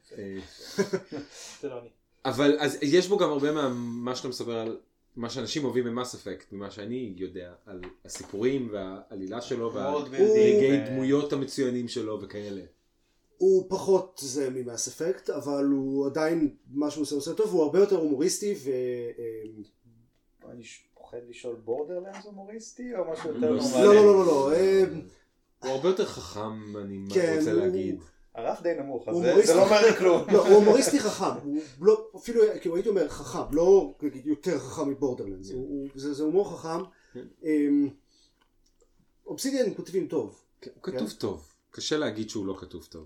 אבל אז יש בו גם הרבה מה שאתה מספר על מה שאנשים אוהבים במאס אפקט, ממה שאני יודע על הסיפורים והעלילה שלו והרגעי דמויות המצוינים שלו וכאלה. הוא פחות זה ממאס אפקט, אבל הוא עדיין משהו עושה טוב, הוא הרבה יותר הומוריסטי ו... אני פוחד לשאול בורדרלנדס הומוריסטי או משהו יותר נורמלי? לא, לא, לא, לא. הוא הרבה יותר חכם, אני רוצה להגיד. הרף די נמוך, אז זה לא אומר לי כלום. לא, הוא הומוריסטי חכם, הוא אפילו, כאילו הייתי אומר חכם, לא יותר חכם מבורדרלנדס, זה הומור חכם. אובסידיאן כותבים טוב. הוא כתוב טוב, קשה להגיד שהוא לא כתוב טוב.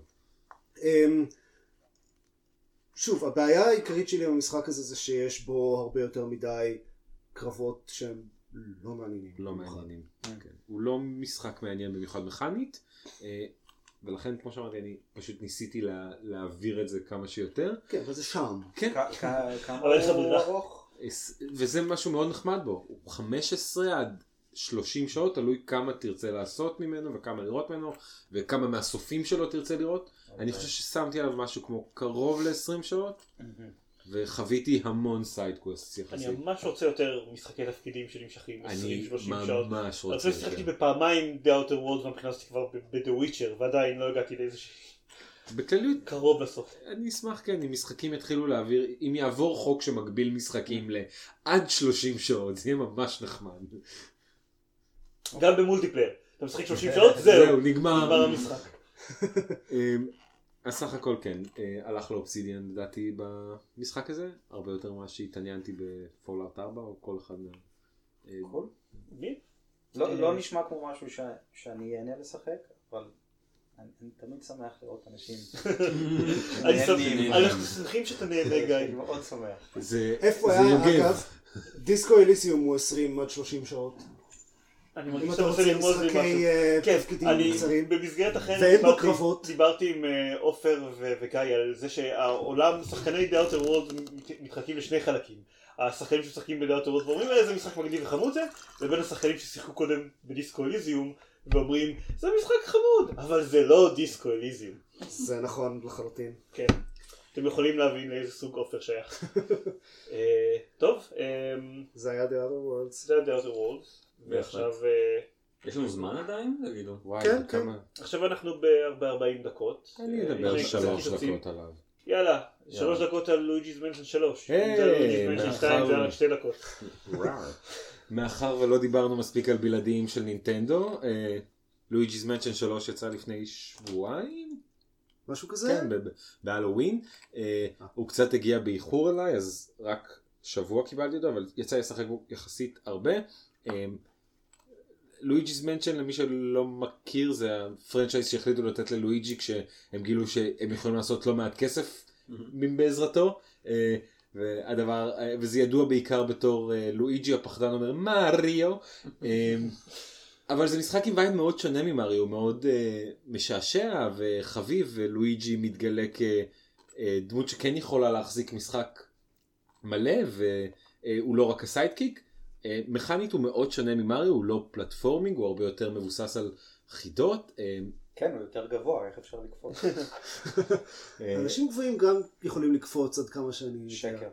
שוב, הבעיה העיקרית שלי במשחק הזה זה שיש בו הרבה יותר מדי קרבות שהם לא מעניינים. לא מעניינים. הוא לא משחק מעניין במיוחד מכנית, ולכן כמו שאמרתי אני פשוט ניסיתי להעביר את זה כמה שיותר. כן, אבל זה שם. כן. כמה הוא ארוך? וזה משהו מאוד נחמד בו. הוא חמש עשרה עד שלושים שעות, תלוי כמה תרצה לעשות ממנו וכמה לראות ממנו, וכמה מהסופים שלו תרצה לראות. אני חושב ששמתי עליו משהו כמו קרוב ל-עשרים שעות. וחוויתי המון סייד קווסט יחסית. אני ממש רוצה יותר משחקי תפקידים שנמשכים עשרים שלושים שעות. אני ממש רוצה. אני חושב ששחקתי בפעמיים The Outer Worlds והמבחינה עשיתי כבר ב-The Witcher ועדיין לא הגעתי לאיזה בכלליות קרוב לסוף. אני אשמח כן אם משחקים יתחילו להעביר, אם יעבור חוק שמגביל משחקים לעד שלושים שעות זה יהיה ממש נחמד. גם במולטיפלייר אתה משחק שלושים שעות זהו נגמר המשחק. אז סך הכל כן, הלך לאובסידיאן לדעתי במשחק הזה, הרבה יותר ממה שהתעניינתי בפולאאוט ארבע או כל אחד מה... כל? מי? לא נשמע כמו משהו שאני אהנה לשחק, אבל אני אני תמיד שמח לראות אנשים. אני נהנים. שמח- אנחנו שמחים שאתה נהנה, גיא. אני מאוד שמח. זה איפה זה היה, יוגב. אגב? דיסקו אליסיום הוא עשרים עד שלושים שעות. אני אם מרגיש אתה שאתה רוצה רוצה לרמוז לי משהו. משחקי אה, כן, תפקידים אני קצרים. במסגרת אחרת ואין בו דיברתי- קרבות. דיברתי עם אה, עופר ו- וגיא על זה שהעולם, שחקני The Outer Worlds מת- מתחלקים לשני חלקים. השחקנים שמשחקים ב-The Outer Worlds ואומרים איזה משחק מגניב וחמוד זה, לבין השחקנים ששיחקו קודם בדיסקו אליזיום ואומרים זה משחק חמוד, אבל זה לא דיסקו אליזיום. זה נכון לחלוטין. כן. אתם יכולים להבין לאיזה סוג עופר שייך. אה, טוב, אה, זה היה The Other Worlds. זה The Outer Worlds, ועכשיו אה, יש לנו זמן עדיין? תגידו. וואי, כן, כמה... עכשיו אנחנו ב-ארבעים דקות. אני אה, אדבר יש לי שלוש קצת קיצוצים. דקות עליו. יאללה, שלוש דקות על לואיג'י's מנשן שלוש. היי, אם זה על לואיג'י's מנשן מאחר שתיים זה ו- רק שתי דקות. מאחר ולא דיברנו מספיק על בלעדיים של נינטנדו, לואיג'י's מנשן שלוש יצא לפני שבועיים? משהו כזה? כן, ב- ב- בהלואוין. אה, הוא קצת הגיע באיחור אליי, אז רק שבוע קיבלתי אותו, אבל יצא לשחק בו יחסית הרבה. לואיג'י's מנשן, למי שלא מכיר, זה הפרנצ'ייז שהחליטו לתת ללואיג'י כשהם גילו שהם יכולים לעשות לא מעט כסף בעזרתו. אה, והדבר, וזה ידוע בעיקר בתור אה, לואיג'י הפחדן אומר מריו. אה, אבל זה משחק עם וייב מאוד שונה ממריו, מאוד אה, משעשע וחביב, ולואיג'י מתגלה כדמות שכן יכולה להחזיק משחק מלא, והוא לא רק הסיידקיק. אה, מכנית הוא מאוד שונה ממריו, הוא לא פלטפורמינג, הוא הרבה יותר מבוסס על חידות. אה, כן, הוא יותר גבוה, איך אפשר לקפוץ? אה, אנשים גבוהים גם יכולים לקפוץ עד כמה שאני... שקר.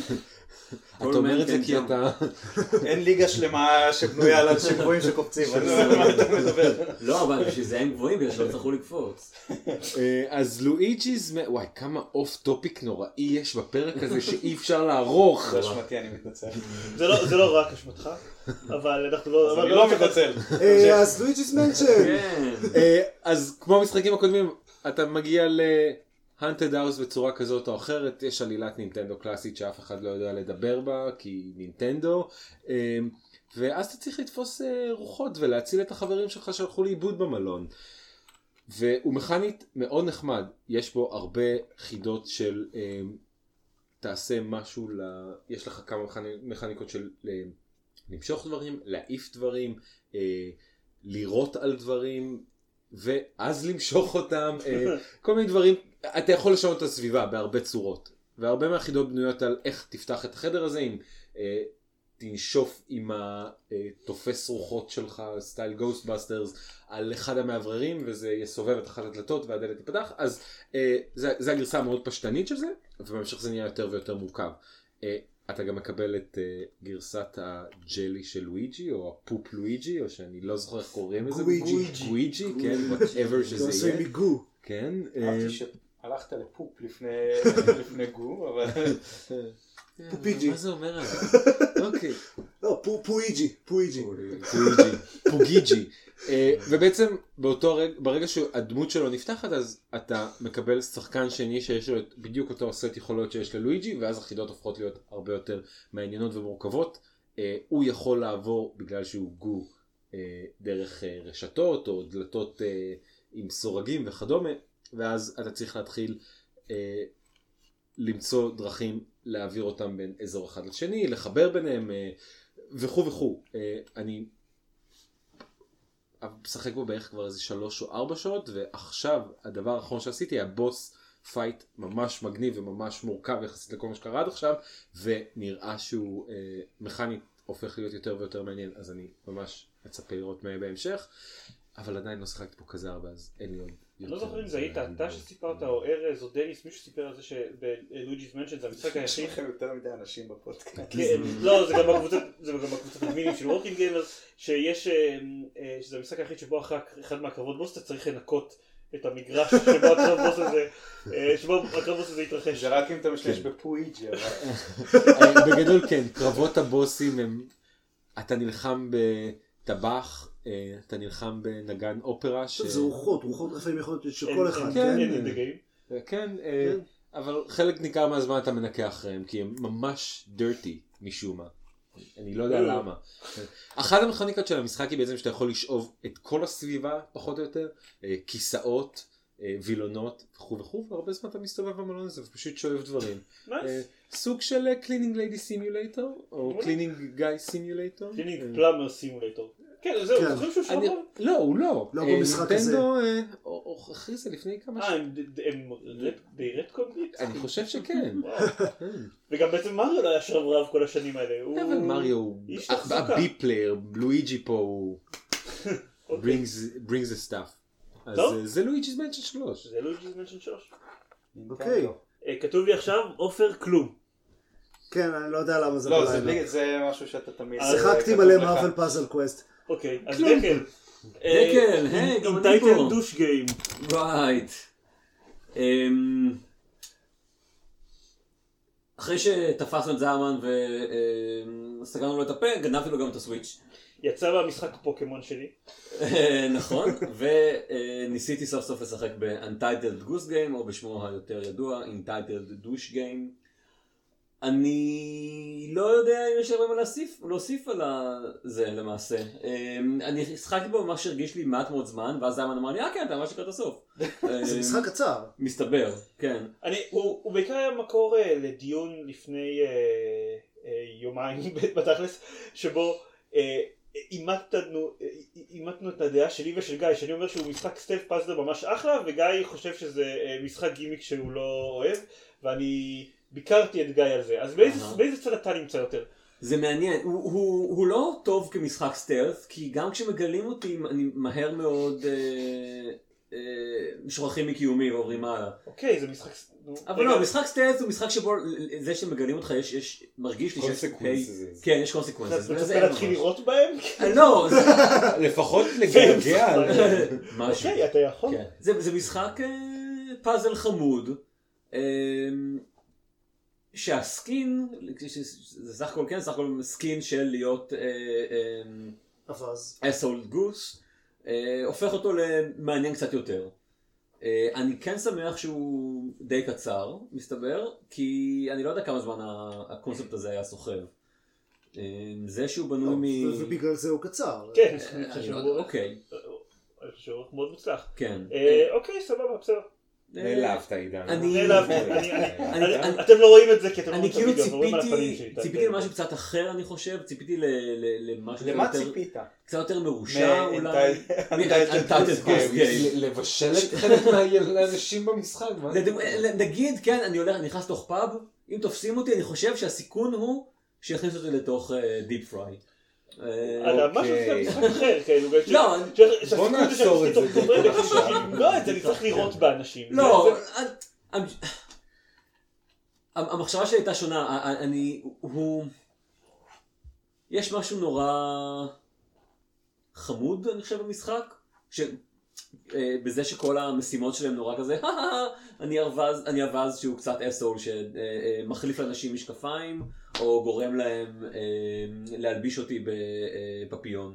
אתה אומר את זה כי אתה... אין ליגה שלמה שבנויה על אנשים גבוהים שקופצים, אני לא יודע על מה אתה מדבר. לא, אבל בשביל זה הם גבוהים, בגלל שלא צריכו לקפוץ. אה, אז לואיג'י's, וואי, כמה אוף טופיק נוראי יש בפרק הזה שאי אפשר לערוך. זה אשמתי, אני מתנצל. זה לא- זה לא רק אשמתך, אבל אנחנו לא... אז אבל אני לא צריך- מתנצל. אה, אז לואיג'י's מנשן! כן. אה, אז כמו המשחקים הקודמים, אתה מגיע ל-Haunted House בצורה כזאת או אחרת, יש עלילת נינטנדו קלאסית שאף אחד לא יודע לדבר בה, כי נינטנדו, אה, ואז אתה צריך לתפוס אה, רוחות ולהציל את החברים שלך שהלכו לאיבוד במלון. והוא מכנית מאוד נחמד, יש בו הרבה חידות של אה, תעשה משהו, ל... יש לך כמה מכני- מכניקות של אה, למשוך דברים, להעיף דברים, אה, לירות על דברים, ואז למשוך אותם, אה, כל מיני דברים. אתה יכול לשנות את הסביבה בהרבה צורות, והרבה מהחידות בנויות על איך תפתח את החדר הזה, אם אה, תנשוף עם התופס רוחות שלך, סטייל גוסטבאסטרס, על אחד המאווררים, וזה יסובב את אחת הדלתות והדלת תיפתח. אז אה, זה, זה הגרסה המאוד פשטנית של זה, ובהמשך זה נהיה יותר ויותר מורכב. אה, אתה גם מקבל את uh, גרסת הג'לי של לואיג'י, או הפופ לואיג'י, או שאני לא זוכר איך קוראים לזה. גוויג'י. גוויג'י, כן, whatever זה שזה עשוי יהיה. מגו. כן. אהבתי אה, שהלכת לפופ לפני גו, אבל... פופיג'י. מה זה אומר עליו? אוקיי. לא, פו- פואיג'י. פואיג'י. פוגיג'י. פוגיג'י. אה, ובעצם באותו רגע, ברגע שהדמות שלו נפתחת, אז אתה מקבל שחקן שני שיש לו את- בדיוק אותו סט יכולות שיש ללואיג'י, ואז החידות הופכות להיות הרבה יותר מעניינות ומורכבות. אה, הוא יכול לעבור, בגלל שהוא גו, אה, דרך אה, רשתות או דלתות אה, עם סורגים וכדומה, ואז אתה צריך להתחיל אה, למצוא דרכים להעביר אותם בין אזור אחד לשני, לחבר ביניהם אה, וכו' וכו'. אה, אני משחק בו בערך כבר איזה שלוש או ארבע שעות, ועכשיו הדבר האחרון שעשיתי, הבוס פייט ממש מגניב וממש מורכב יחסית לכל מה שקרה עד עכשיו, ונראה שהוא אה, מכנית הופך להיות יותר ויותר מעניין, אז אני ממש מצפה לראות מה בהמשך, אבל עדיין לא שיחקתי פה כזה הרבה, אז אין לי עוד. אני לא זוכר אם זה היית אתה שסיפרת, או ארז, או דניס, מישהו סיפר על זה שבלואיג'י's מנשן זה המשחק יש היחיד. לכם יותר מדי אנשים בפודקאסט. כן, לא, זה גם בקבוצת, זה גם בקבוצת הדמינים של וורקינג גיימרס, שיש, אה, אה, שזה המשחק היחיד שבו אחרי אחד מהקרבות בוס אתה צריך לנקות את המגרש שבו הקרב בוס הזה, אה, שבו הקרב בוס הזה יתרחש. זה רק אם אתה משתמש בפואיג'י, אבל... אה, בגדול כן, קרבות הבוסים הם, אתה נלחם בטבח, אה, אתה נלחם בנגן אופרה, ש... זה רוחות, רוחות לפעמים יכולות להיות של אין- כל אין- אחד, אין כן? אין נדגים. כן, אה, אבל חלק ניכר מהזמן אתה מנקה אחריהם, כי הם ממש dirty משום מה. אני לא יודע למה. אחת המכניקות של המשחק היא בעצם שאתה יכול לשאוב את כל הסביבה, פחות או יותר, כיסאות, וילונות וכו' וכו', והרבה זמן אתה מסתובב במלון הזה ופשוט שואב דברים. סוג של קלינינג ליידי סימיולטור, או קלינינג גאי סימיולטור. קלינינג פלאמר סימולטור. כן, זהו, זוכרים שהוא שואב? לא, הוא לא. לא במשחק הזה. נינטנדו הכריזה לפני כמה אה, שנים. הם די רטקונד? אני חושב שכן. וגם בעצם מריו לא היה שרברב כל השנים האלה. אבל מריו הוא הבי פלייר, לואיג'י פה הוא brings the stuff. אז זה לואיג'י's מנשן שלוש. זה לואיג'י's מנשן שלוש. אוקיי. כתוב לי עכשיו עופר כלום. כן, אני לא יודע למה זה לא, בלילה. זה משהו שאתה תמיד... שיחקתי מלא מארוול פאזל קווסט. אוקיי, אז דקל. דקל, היי, גם עם אני פה. טייטל דוש גיים. רייט. אחרי שתפסנו את זרמן וסגרנו לו את הפה, גנבתי לו גם את הסוויץ'. יצא במשחק פוקימון שלי. נכון, וניסיתי סוף סוף לשחק ב-Untitled Goose Game, או בשמו היותר ידוע, Untitled Douche Game. אני לא יודע אם יש הרבה מה להוסיף, להוסיף על זה למעשה. אני שחקתי בו ממש שהרגיש לי מעט מאוד זמן, ואז זמן אמר לי, אה כן, אתה ממש לקראת הסוף. זה משחק קצר. מסתבר, כן. הוא בעיקר היה מקור לדיון לפני יומיים בתכלס, שבו אימתנו את הדעה שלי ושל גיא, שאני אומר שהוא משחק סטלף פאזל ממש אחלה, וגיא חושב שזה משחק גימיק שהוא לא אוהב, ואני ביקרתי את גיא על זה. אז באיזה צד אתה נמצא יותר? זה מעניין, הוא לא טוב כמשחק סטלף, כי גם כשמגלים אותי אני מהר מאוד משוכחים מקיומי ועוברים הלאה. אוקיי, זה משחק... אבל לא, משחק סטלף הוא משחק שבו זה שמגלים אותך יש, מרגיש לי שיש... כן, יש קונסקוונסס. אתה רוצה להתחיל לראות בהם? לא, לפחות לגעגע. אוקיי, אתה יכול. זה משחק פאזל חמוד. שהסקין, זה סך הכל כן, סך הכל סקין של להיות אבז. אסולד גוס, הופך אותו למעניין קצת יותר. אני כן שמח שהוא די קצר, מסתבר, כי אני לא יודע כמה זמן הקונספט הזה היה סוחב. זה שהוא בנוי מ... ובגלל זה הוא קצר. כן, אוקיי. אני חושב שהוא מאוד מוצלח. כן. אוקיי, סבבה, בסדר. נעלבת עידן. אתם לא רואים את זה כי אתם לא אני רואים את כאילו הווידאו, רואים על הפנים שלי. ציפיתי למשהו קצת אחר אני חושב, ציפיתי למשהו למה ציפית? קצת יותר מרושע אולי. לבשל את חלק מהאנשים במשחק. נגיד כן, אני הולך, אני נכנס לתוך פאב, אם תופסים אותי אני חושב שהסיכון הוא שיכניס אותי לתוך דיפ פריי. אתה משהו שזה משחק אחר, כאילו, לא, בוא נעצור את זה. לא, את זה אני צריך לראות באנשים. לא, המחשבה שלי הייתה שונה, אני, הוא, יש משהו נורא חמוד אני חושב במשחק, בזה שכל המשימות שלהם נורא כזה, אני אבז, אני אבז שהוא קצת אסול שמחליף לאנשים משקפיים, או גורם להם להלביש אותי בפפיון.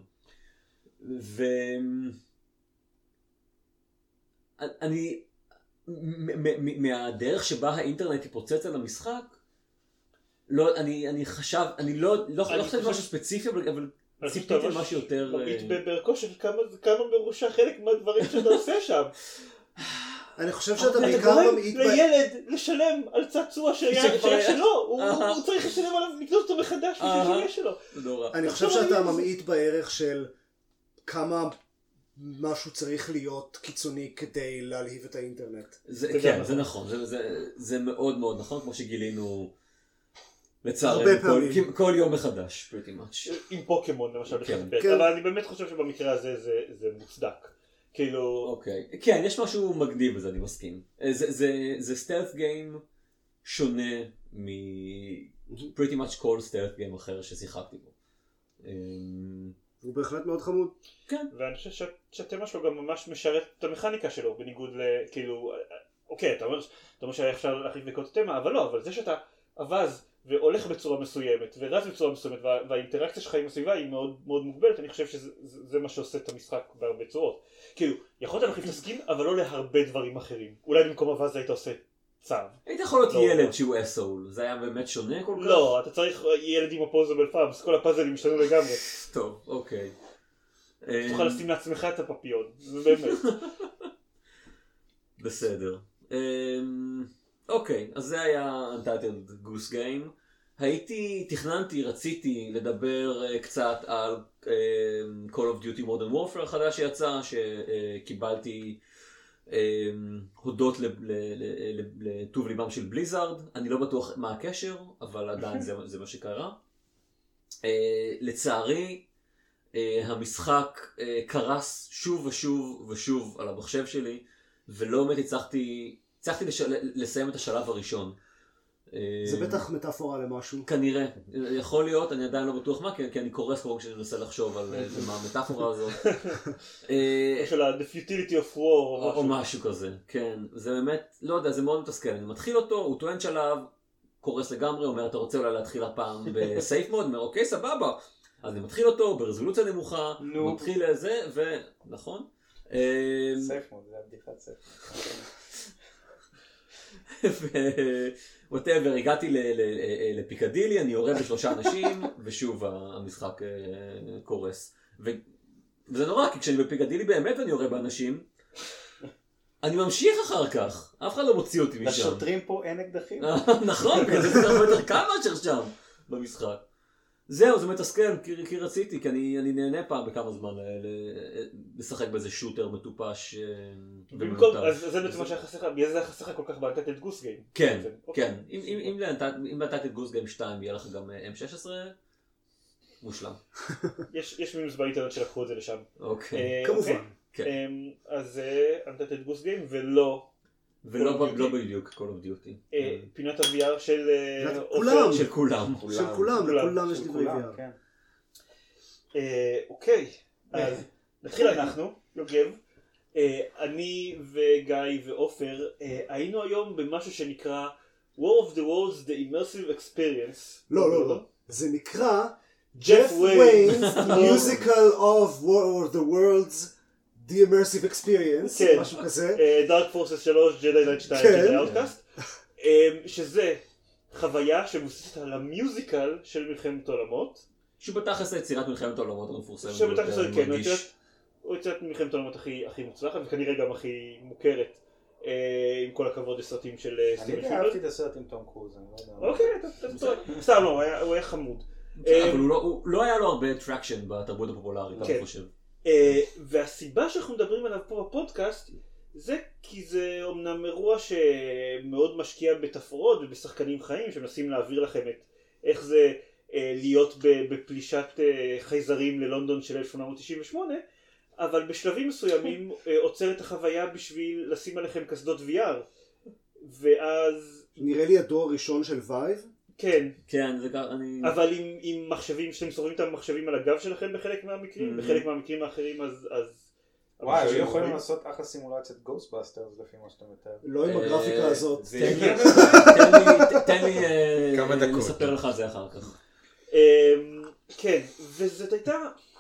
ואני, מהדרך שבה האינטרנט יפוצץ על המשחק, לא, אני, אני חשב, אני לא, לא חושב משהו ספציפי, אבל ציפיתי משהו יותר... מביט בערכו של כמה מרושע חלק מהדברים שאתה עושה שם. אני חושב שאתה בעיקר ממעיט... אתה גורם לילד לשלם על צעצוע שהיה שלו, הוא צריך לשלם עליו, לקנות אותו מחדש בשביל שיהיה שלו. אני חושב שאתה ממעיט בערך של כמה משהו צריך להיות קיצוני כדי להלהיב את האינטרנט. כן, זה נכון, זה מאוד מאוד נכון, כמו שגילינו לצערנו כל יום מחדש, pretty much. עם פוקימון למשל, אבל אני באמת חושב שבמקרה הזה זה מוצדק. כאילו... אוקיי. כן, יש משהו מגניב בזה, אני מסכים. זה סטלף גיים שונה מ... pretty much כל סטלף גיים אחר ששיחקתי בו. הוא בהחלט מאוד חמוד. כן. ואני חושב שהתמה שלו גם ממש משרת את המכניקה שלו, בניגוד לכאילו... אוקיי, אתה אומר שהיה אפשר להחליף בקוד תמה, אבל לא, אבל זה שאתה אבז והולך בצורה מסוימת, ורץ בצורה מסוימת, והאינטראקציה שלך עם הסביבה היא מאוד מאוד מוגבלת, אני חושב שזה מה שעושה את המשחק בהרבה צורות. כאילו, יכולת להחליף את הסקין, אבל לא להרבה דברים אחרים. אולי במקום אבז היית עושה צו. היית יכול להיות לא. ילד שהוא אסול, זה היה באמת שונה כל כך? לא, אתה צריך ילד עם אופוזיבל פאבס, כל הפאזלים השתנו לגמרי. טוב, אוקיי. תוכל לשים לעצמך את הפפיון, זה באמת. בסדר. אוקיי, אז זה היה Untitled Goose Game. הייתי, תכננתי, רציתי לדבר קצת על Call of Duty Modern Warfare החדש שיצא, שקיבלתי הודות לטוב ליבם של בליזארד. אני לא בטוח מה הקשר, אבל עדיין זה מה שקרה. לצערי, המשחק קרס שוב ושוב ושוב על המחשב שלי, ולא באמת הצלחתי, הצלחתי לסיים את השלב הראשון. זה בטח מטאפורה למשהו. כנראה, יכול להיות, אני עדיין לא בטוח מה, כי אני קורס כבר כשאני מנסה לחשוב על מה המטאפורה הזאת. של ה-The Futility of War או משהו כזה, כן. זה באמת, לא יודע, זה מאוד מתסכל. אני מתחיל אותו, הוא טוען שלב, קורס לגמרי, אומר, אתה רוצה אולי להתחיל הפעם בסייף מוד? אומר, אוקיי, סבבה. אז אני מתחיל אותו ברזולוציה נמוכה, מתחיל לזה, ונכון. סייף מוד, זה הבדיחת סייף. ווטאבר, הגעתי לפיקדילי, אני יורה בשלושה אנשים, ושוב המשחק קורס. וזה נורא, כי כשאני בפיקדילי באמת ואני יורה באנשים, אני ממשיך אחר כך, אף אחד לא מוציא אותי משם. לשוטרים פה אין אקדחים. נכון, בגלל זה הרבה יותר קל מאשר שם במשחק. זהו, זה מתסכל, כי, כי רציתי, כי אני, אני נהנה פעם בכמה זמן לשחק באיזה שוטר מטופש ומנותק. אז זה בעצם מה שהחסך, בגלל זה החסך כל כך ב-Untitled Goose Game. כן, כן. אם ב-Untitled Goose Game שתיים יהיה לך גם אם שש עשרה, מושלם. יש מימוס באינטרנט שלקחו את זה לשם. אוקיי. כמובן. אז זה Untitled Goose Game ולא... ולא בדיוק Call of Duty. פינת ה-וי אר של... כולם. של כולם. של כולם, לכולם יש דברי וי אר. אוקיי, אז נתחיל אנחנו, יוגב. אני וגיא ואופר היינו היום במשהו שנקרא War of the Worlds The Immersive Experience. לא, לא, לא. זה נקרא Jeff Wayne's Musical of War of the Worlds The Immersive Experience, משהו כזה. Dark Forces שלוש, Jedi Knight שתיים, Jedi Outcast. שזה חוויה שמבוססת על המיוזיקל של מלחמת העולמות. שהוא בתכלס יצירת מלחמת העולמות המפורסמת. שבתכלס, כן, הוא יצירת מלחמת העולמות הכי מוצלחת, וכנראה גם הכי מוכרת, עם כל הכבוד לסרטים של סטיבן פילברג. אני אהבתי את הסרט עם תום קרוז, אני לא יודע. אוקיי, אתה צודק. סתם לא, הוא היה חמוד. אבל לא היה לו הרבה טראקשן בתרבות הפופולרית, אני חושב. והסיבה שאנחנו מדברים עליו פה בפודקאסט זה כי זה אומנם אירוע שמאוד משקיע בתפאורות ובשחקנים חיים שמנסים להעביר לכם את איך זה להיות בפלישת חייזרים ללונדון של אלף שמונה מאות תשעים ושמונה, אבל בשלבים מסוימים עוצר את החוויה בשביל לשים עליכם קסדות וי אר, ואז... נראה לי הדור הראשון של וייב. כן, כן, זה גם, אני... אבל עם, עם מחשבים, שאתם מסובבים את המחשבים על הגב שלכם בחלק מהמקרים, בחלק מהמקרים האחרים אז... אז וואי, היו יכולים לעשות אחלה סימולציית גוסטבאסטרס לפי מה שאתה מתאר. לא עם הגרפיקה הזאת. תן לי לספר לך על זה אחר כך. כן, וזאת הייתה...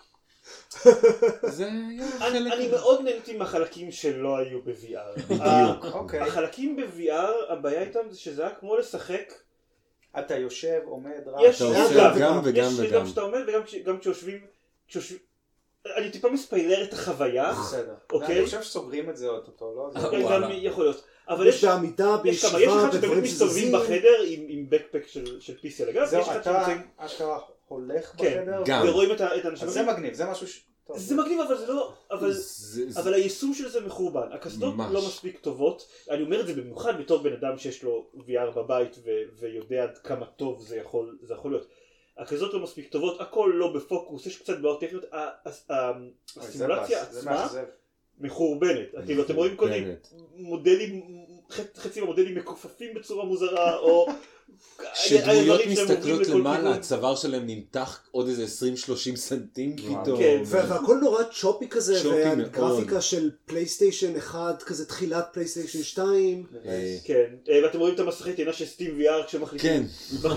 זה היה חלק... אני מאוד נהניתי מהחלקים שלא היו ב-וי אר. בדיוק. החלקים ב-וי אר, הבעיה איתם זה שזה היה כמו לשחק... אתה יושב, עומד, רב. יש גם וגם יש גם שאתה עומד וגם כשיושבים... אני טיפה מספיילר את החוויה. בסדר. אוקיי? אני חושב שסוגרים את זה אותו, לא? גם יכול להיות. אבל יש בעמידה, בישיבה, יש אחד שבאמת מסתובבים בחדר עם בקפק של פי סי על הגב. זהו, אתה אשכרה הולך בחדר. ורואים את האנשים. אז זה מגניב, זה משהו ש... זה מגניב, אבל זה לא... אבל היישום של זה מחורבן. הקסדות לא מספיק טובות. אני אומר את זה במיוחד בתור בן אדם שיש לו וי אר בבית ויודע עד כמה טוב זה יכול להיות. הקסדות לא מספיק טובות, הכל לא בפוקוס, יש קצת בעיות טכניות. הסימולציה עצמה מחורבנת. אתם רואים קודם מודלים, חצי מהמודלים מקופפים בצורה מוזרה, או... שדמויות מסתכלות למעלה, הצוואר שלהם נמתח עוד איזה עשרים שלושים סנטים פתאום. והכל נורא צ'ופי כזה, והגרפיקה של פלייסטיישן אחד, כזה תחילת פלייסטיישן שתיים. כן, ואתם רואים את המסכי טעינה של סטים וי אר כשמחליטים.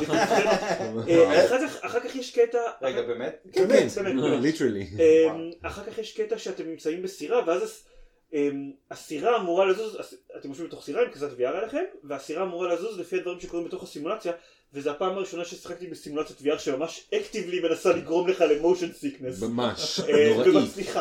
אחר כך יש קטע... רגע, באמת? באמת, ליטרלי. אחר כך יש קטע שאתם נמצאים בסירה, ואז הסירה אמורה לזוז, אתם יושבים בתוך סירה עם כזאת וי אר עליכם, והסירה אמורה לזוז לפי הדברים שקורים בתוך הסימולציה, וזו הפעם הראשונה ששחקתי בסימולציית וי אר שממש אקטיבלי מנסה לגרום לך למושן סיקנס. ממש, נוראי. ומצליחה.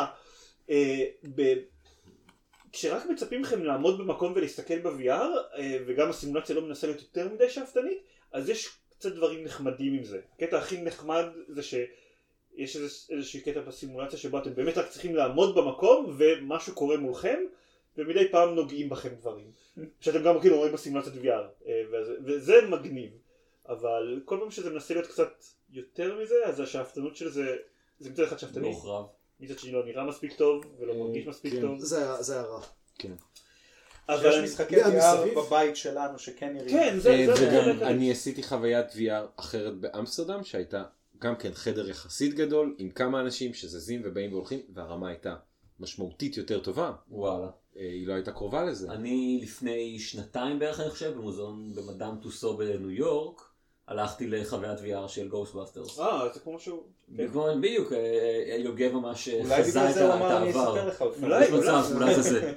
כשרק מצפים לכם לעמוד במקום ולהסתכל ב-וי אר, וגם הסימולציה לא מנסה להיות יותר מדי שאפתנית, אז יש קצת דברים נחמדים עם זה. הקטע הכי נחמד זה שיש איזושהי קטע בסימולציה שבו אתם באמת רק צריכים לעמוד במקום ומשהו קורה מולכם, ומדי פעם נוגעים בכם דברים. שאתם גם כאילו רואים בסימולציית וי אר, וזה מגניב. אבל כל פעם שזה מנסה להיות קצת יותר מזה, אז השאפתנות של זה, זה מצד אחד שאפתני. מוחרב. מצד שני לא נראה מספיק טוב, ולא מרגיש מספיק טוב. זה היה רע. כן. יש משחקי וי אר בבית שלנו שכן נראים. כן, זה... וגם אני עשיתי חוויית וי אר אחרת באמסטרדם, שהייתה גם כן חדר יחסית גדול, עם כמה אנשים שזזים ובאים והולכים, והרמה הייתה משמעותית יותר טובה. וואלה. היא לא הייתה קרובה לזה. אני לפני שנתיים בערך אני חושב, במוזיאון במדאם טוסו בניו יורק, הלכתי לחוויית וי אר של גוסטבאסטרס. אה, זה כמו משהו... בדיוק, יוגב ממש אולי חזה בגלל את זה הוא אמר אני העבר. אספר לך. יש מצב, אולי זה זה.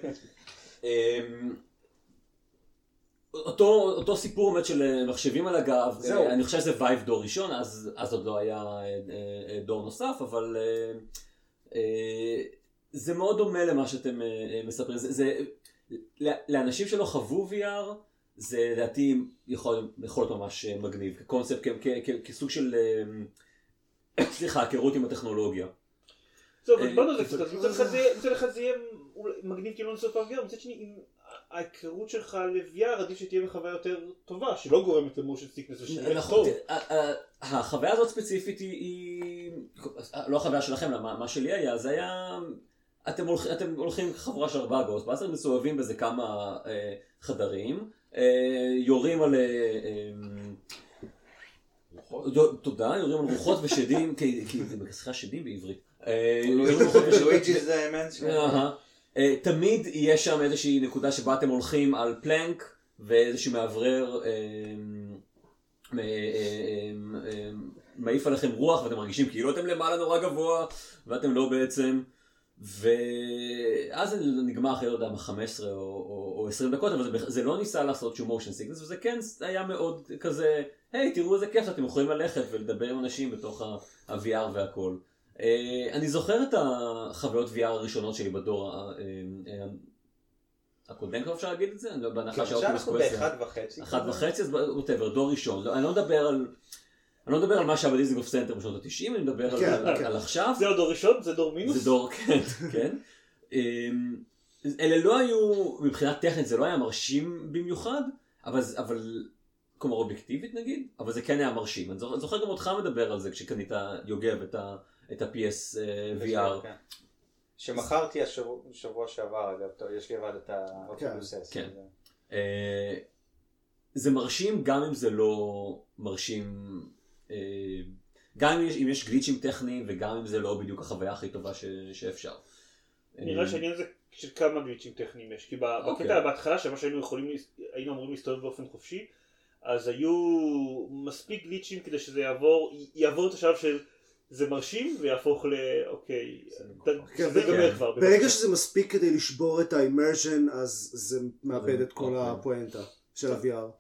אותו סיפור באמת של מחשבים על הגב, אני חושב שזה וייב דור ראשון, אז עוד לא היה דור נוסף, אבל זה מאוד דומה למה שאתם מספרים. לאנשים שלא חוו וי אר, זה לדעתי יכול להיות ממש מגניב, כקונספט, כסוג של, סליחה, היכרות עם הטכנולוגיה. זהו, אבל בוא נוזק קצת, מצד אחד זה יהיה מגניב כאילו נוסף וי אר, מצד שני, אם ההיכרות שלך ל-וי אר עדיף שתהיה בחוויה יותר טובה, שלא גורמת למושן סיקנס ושנראה טוב. החוויה הזאת ספציפית היא, לא החוויה שלכם, מה שלי היה, זה היה, אתם הולכים חבורה של ארבעה גוסטבאסטרס, אתם מסובבים בזה כמה חדרים, יורים על... תודה, יורים על רוחות ושדים, כי זה בקסחה שדים בעברית. לואיג'י זה מנס. תמיד יהיה שם איזושהי נקודה שבה אתם הולכים על פלנק, ואיזשהו מאוורר מעיף עליכם רוח, ואתם מרגישים כאילו אתם למעלה נורא גבוה, ואתם לא בעצם. ואז זה נגמר אחרי, לא יודע, חמש עשרה או עשרים דקות, אבל זה לא ניסה לעשות שום מושן סיקנס, וזה כן היה מאוד כזה, היי, תראו איזה כיף שאתם יכולים ללכת ולדבר עם אנשים בתוך ה-וי אר והכל. אני זוכר את החוויות וי אר הראשונות שלי בדור הקודם, כבר אפשר להגיד את זה? אנחנו באחד וחצי. אחד וחצי, אז ווטאבר, דור ראשון. אני לא מדבר על... אני לא מדבר על מה שהיה בדיזינגוף סנטר בשנות ה-תשעים, אני מדבר על עכשיו. זה דור ראשון? זה דור מינוס? זה דור, כן, כן. אלה לא היו, מבחינת טכנית זה לא היה מרשים במיוחד, אבל, כלומר אובייקטיבית נגיד, אבל זה כן היה מרשים. אני זוכר גם אותך מדבר על זה כשקנית יוגב את ה-פי אס וי אר. שמכרתי השבוע שעבר, אגב, יש לי עבד את האוטובוס אס. כן. זה מרשים גם אם זה לא מרשים... גם אם יש, אם יש גליצ'ים טכניים וגם אם זה לא בדיוק החוויה הכי טובה ש, שאפשר. נראה שהעניין זה של כמה גליצ'ים טכניים יש, כי בקטע בהתחלה שמה שהיינו יכולים, היינו אמורים להסתובב באופן חופשי, אז היו מספיק גליצ'ים כדי שזה יעבור, יעבור את השלב של זה מרשים ויהפוך ל... אוקיי, זה גמר כבר. ברגע שזה מספיק כדי לשבור את האימרשן, אז זה מאבד את כל הפואנטה של ה-וי אר.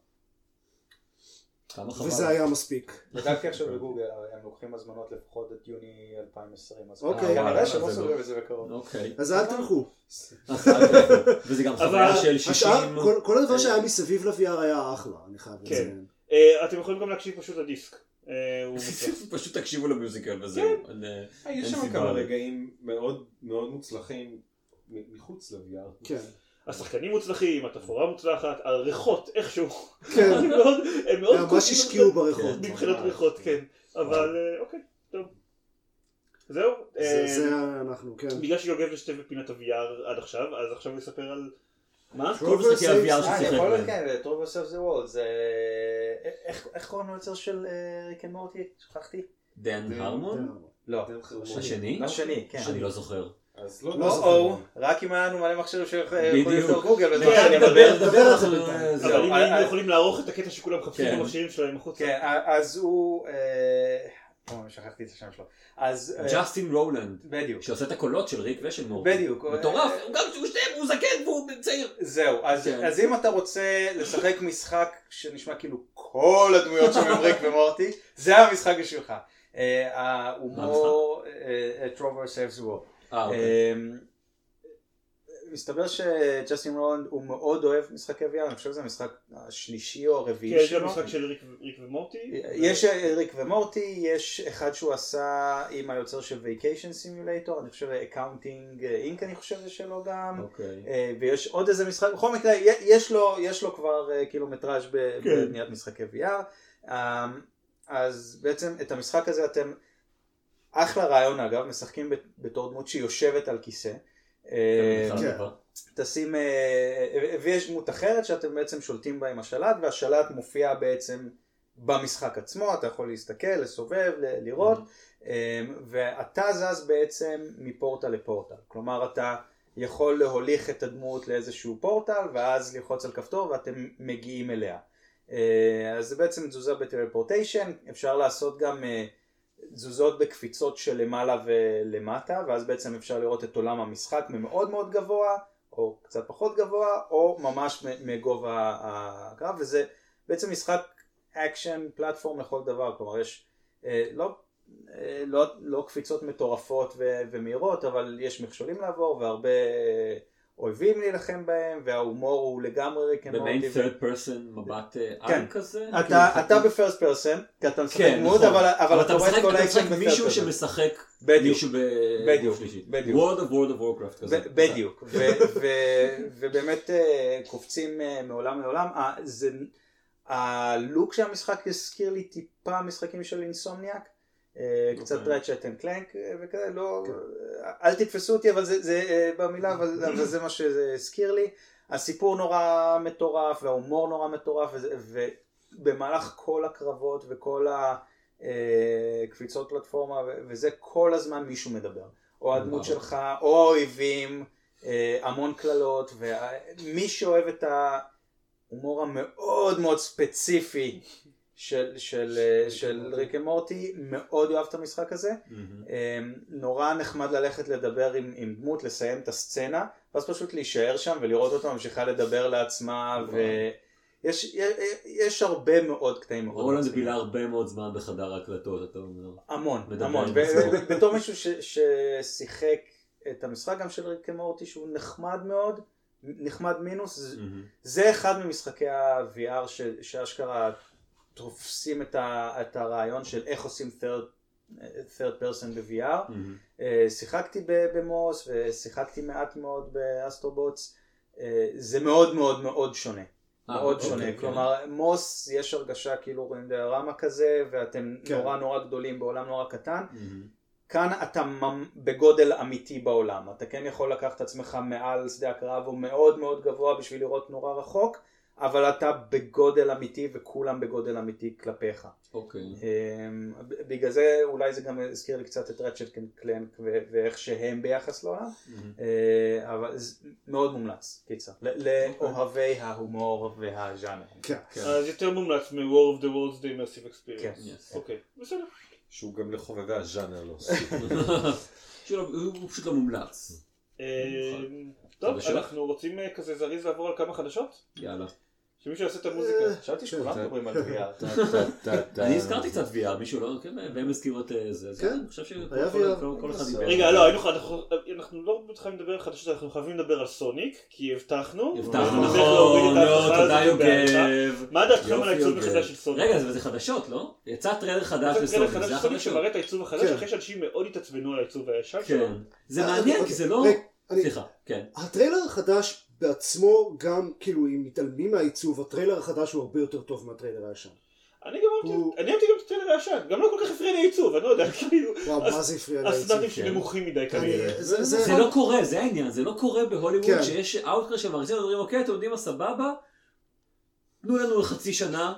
וזה היה מספיק. בדקתי עכשיו בגוגל, הם לוקחים הזמנות לפחות עד יוני אלפיים ועשרים. אוקיי. כנראה שלא סוגרים את זה בקרוב. אז אל תלכו. וזה גם חוויה של שישים... כל הדבר שהיה מסביב ל-וי אר היה אחלה, אני חייב לציין. אתם יכולים גם להקשיב פשוט לדיסק. פשוט תקשיבו למיוזיקל וזה. יש שם כמה רגעים מאוד מאוד מוצלחים מחוץ ל-וי אר. כן. השחקנים מוצלחים, התפאורה מוצלחת, הריחות איכשהו. כן. הם מאוד ממש השקיעו בריחות. מבחינת ריחות, כן. אבל אוקיי, טוב. זהו. זה אנחנו, כן. בגלל שיוגב לשתף בפינת ה-וי אר עד עכשיו, אז עכשיו נספר על... מה? כל משחקי ה-וי אר שצריך יכול להיות, כן, Traverse of the World. זה... איך קוראים לו יוצר של ריק אנד מורטי? שכחתי? דן הרמון? לא. השני? השני, כן. אני לא זוכר. אז לא או, רק אם היה לנו מלא מחשב שיכולים לפתור גוגל. אבל אם יכולים לערוך את הקטע שכולם מחפשים במכשירים שלהם החוצה. כן, אז הוא, שכחתי את השם שלו. אז... ג'סטין רולנד. בדיוק. שעושה את הקולות של ריק ושל מורטי. בדיוק. מטורף, הוא גם שהוא שתיהם, הוא זקן והוא צעיר. זהו, אז אם אתה רוצה לשחק משחק שנשמע כאילו כל הדמויות שם הם ריק ומורטי, זה המשחק בשבילך. ההומור, טרובר סייבס וור. מסתבר שג'סטין רולנד הוא מאוד אוהב משחקי וי אר, אני חושב שזה המשחק השלישי או הרביעי שלו. שלו. כן, זה המשחק של ריק ומורטי. יש ריק ומורטי, יש אחד שהוא עשה עם היוצר של Vacation Simulator, אני חושב Accounting Inc אני חושב זה שלו גם, ויש עוד איזה משחק, בכל מקרה יש לו, יש לו כבר קילומטראז' בבניית משחקי וי אר, אז בעצם את המשחק הזה אתם, אחלה רעיון אגב, משחקים בתור דמות שיושבת על כיסא, תשים, ויש דמות אחרת שאתם בעצם שולטים בה עם השלט, והשלט מופיע בעצם במשחק עצמו, אתה יכול להסתכל, לסובב, לראות, ואתה זז בעצם מפורטל לפורטל, כלומר אתה יכול להוליך את הדמות לאיזשהו פורטל, ואז ללחוץ על כפתור ואתם מגיעים אליה. אז זה בעצם תזוזה בטלפורטיישן, אפשר לעשות גם תזוזות בקפיצות של למעלה ולמטה, ואז בעצם אפשר לראות את עולם המשחק ממאוד מאוד גבוה, או קצת פחות גבוה, או ממש מגובה הקרב, וזה בעצם משחק אקשן פלטפורם לכל דבר, כלומר יש לא, לא, לא קפיצות מטורפות ומהירות, אבל יש מכשולים לעבור, והרבה אויבים להילחם בהם, וההומור הוא לגמרי ריק אנד מורטי. במיין third person מבט על כזה? אתה בפרסט פרסן, כי אתה משחק דמות, אבל אתה רואה את כל האקשן בפרסט פרסן. מישהו שמשחק מישהו בגוף שלישית. World of World of Warcraft כזה. בדיוק, ובאמת קופצים מעולם לעולם. הלוק של המשחק הזכיר לי טיפה משחקים של אינסומניאק, קצת רצ'ט אנד קלנק וכזה, לא, אל תתפסו אותי, אבל זה במילה, אבל זה מה שזה הזכיר לי. הסיפור נורא מטורף, וההומור נורא מטורף, ובמהלך כל הקרבות וכל הקפיצות פלטפורמה, וזה כל הזמן מישהו מדבר. או הדמות שלך, או האויבים, המון כללות, ומי שאוהב את ההומור המאוד מאוד ספציפי, של, של, של ריק אנד מורטי, מאוד אוהב את המשחק הזה. Mm-hmm. נורא נחמד ללכת לדבר עם, עם דמות, לסיים את הסצנה, ואז פשוט להישאר שם ולראות אותה, ממשיכה לדבר לעצמה, ויש יש, יש הרבה מאוד קטעים. רולנד בילה הרבה מאוד זמן בחדר ההקלטות, אתה אומר. המון, המון. בתור מישהו ש, ששיחק את המשחק גם של ריק אנד מורטי, שהוא נחמד מאוד, נחמד מינוס, mm-hmm. זה אחד ממשחקי ה-וי אר ש, שאשכרה תופסים את, ה, את הרעיון של איך עושים third, third person ב-וי אר. Mm-hmm. uh, שיחקתי במוס ושיחקתי מעט מאוד באסטרובוטס. uh, זה מאוד מאוד מאוד שונה. Ah, מאוד okay, שונה. Okay. כלומר, מוס יש הרגשה כאילו רואים דיארמה כזה, ואתם okay. נורא נורא גדולים בעולם נורא קטן. Mm-hmm. כאן אתה בגודל אמיתי בעולם. אתה כן יכול לקחת את עצמך מעל שדה הקרב, הוא מאוד מאוד גבוה בשביל לראות נורא רחוק. אבל אתה בגודל אמיתי וכולם בגודל אמיתי כלפיך. אוקיי. בגלל זה אולי זה גם הזכיר לי קצת את רצ'ט אנד קלנק ואיך שהם ביחס לעולם. אבל זה מאוד מומלץ, קיצר. לאוהבי ההומור והז'אנר. אז יותר מומלץ מ-War of the Worlds The Immersive Experience. אוקיי, בסדר. שהוא גם לחובבי הז'אנר לא. הוא פשוט לא מומלץ. טוב, אנחנו רוצים כזה זריז לעבור על כמה חדשות? יאללה. שמישהו יעשה את המוזיקה. שאלתי שכולם מדברים על וי אר. אני הזכרתי קצת וי אר, מישהו לא, והם הזכירו את זה. אני חושב שכל אחד דיבר. רגע, לא, אנחנו לא חייבים לדבר על חדשות, אנחנו חייבים לדבר על סוניק, כי הבטחנו. הבטחנו, נכון, תודה יוגב. מה דעתכם על העיצוב מחדש של סוניק? רגע, זה חדשות, לא? יצא טריילר חדש לסוניק, זה החדשות. סוניק שמראה את העיצוב החדש, אחרי שאנשים מאוד התעצבנו על העיצוב הישן שלו. זה מעניין, כי זה לא... סליחה, כן. הטריילר החדש בעצמו גם, כאילו, אם מתעלמים מהעיצוב, הטריילר החדש הוא הרבה יותר טוב מהטריילר הישן. אני גם אהבתי גם את הטריילר הישן, גם לא כל כך הפריע לי העיצוב, אני לא יודע, כאילו... וואו, מה זה הפריע לי העיצוב? הסטנדרטים שלי נמוכים מדי כנראה. זה לא קורה, זה העניין, זה לא קורה בהוליווד שיש אאוטקר שמרצים ואומרים, אוקיי, אתם יודעים מה סבבה? תנו לנו חצי שנה.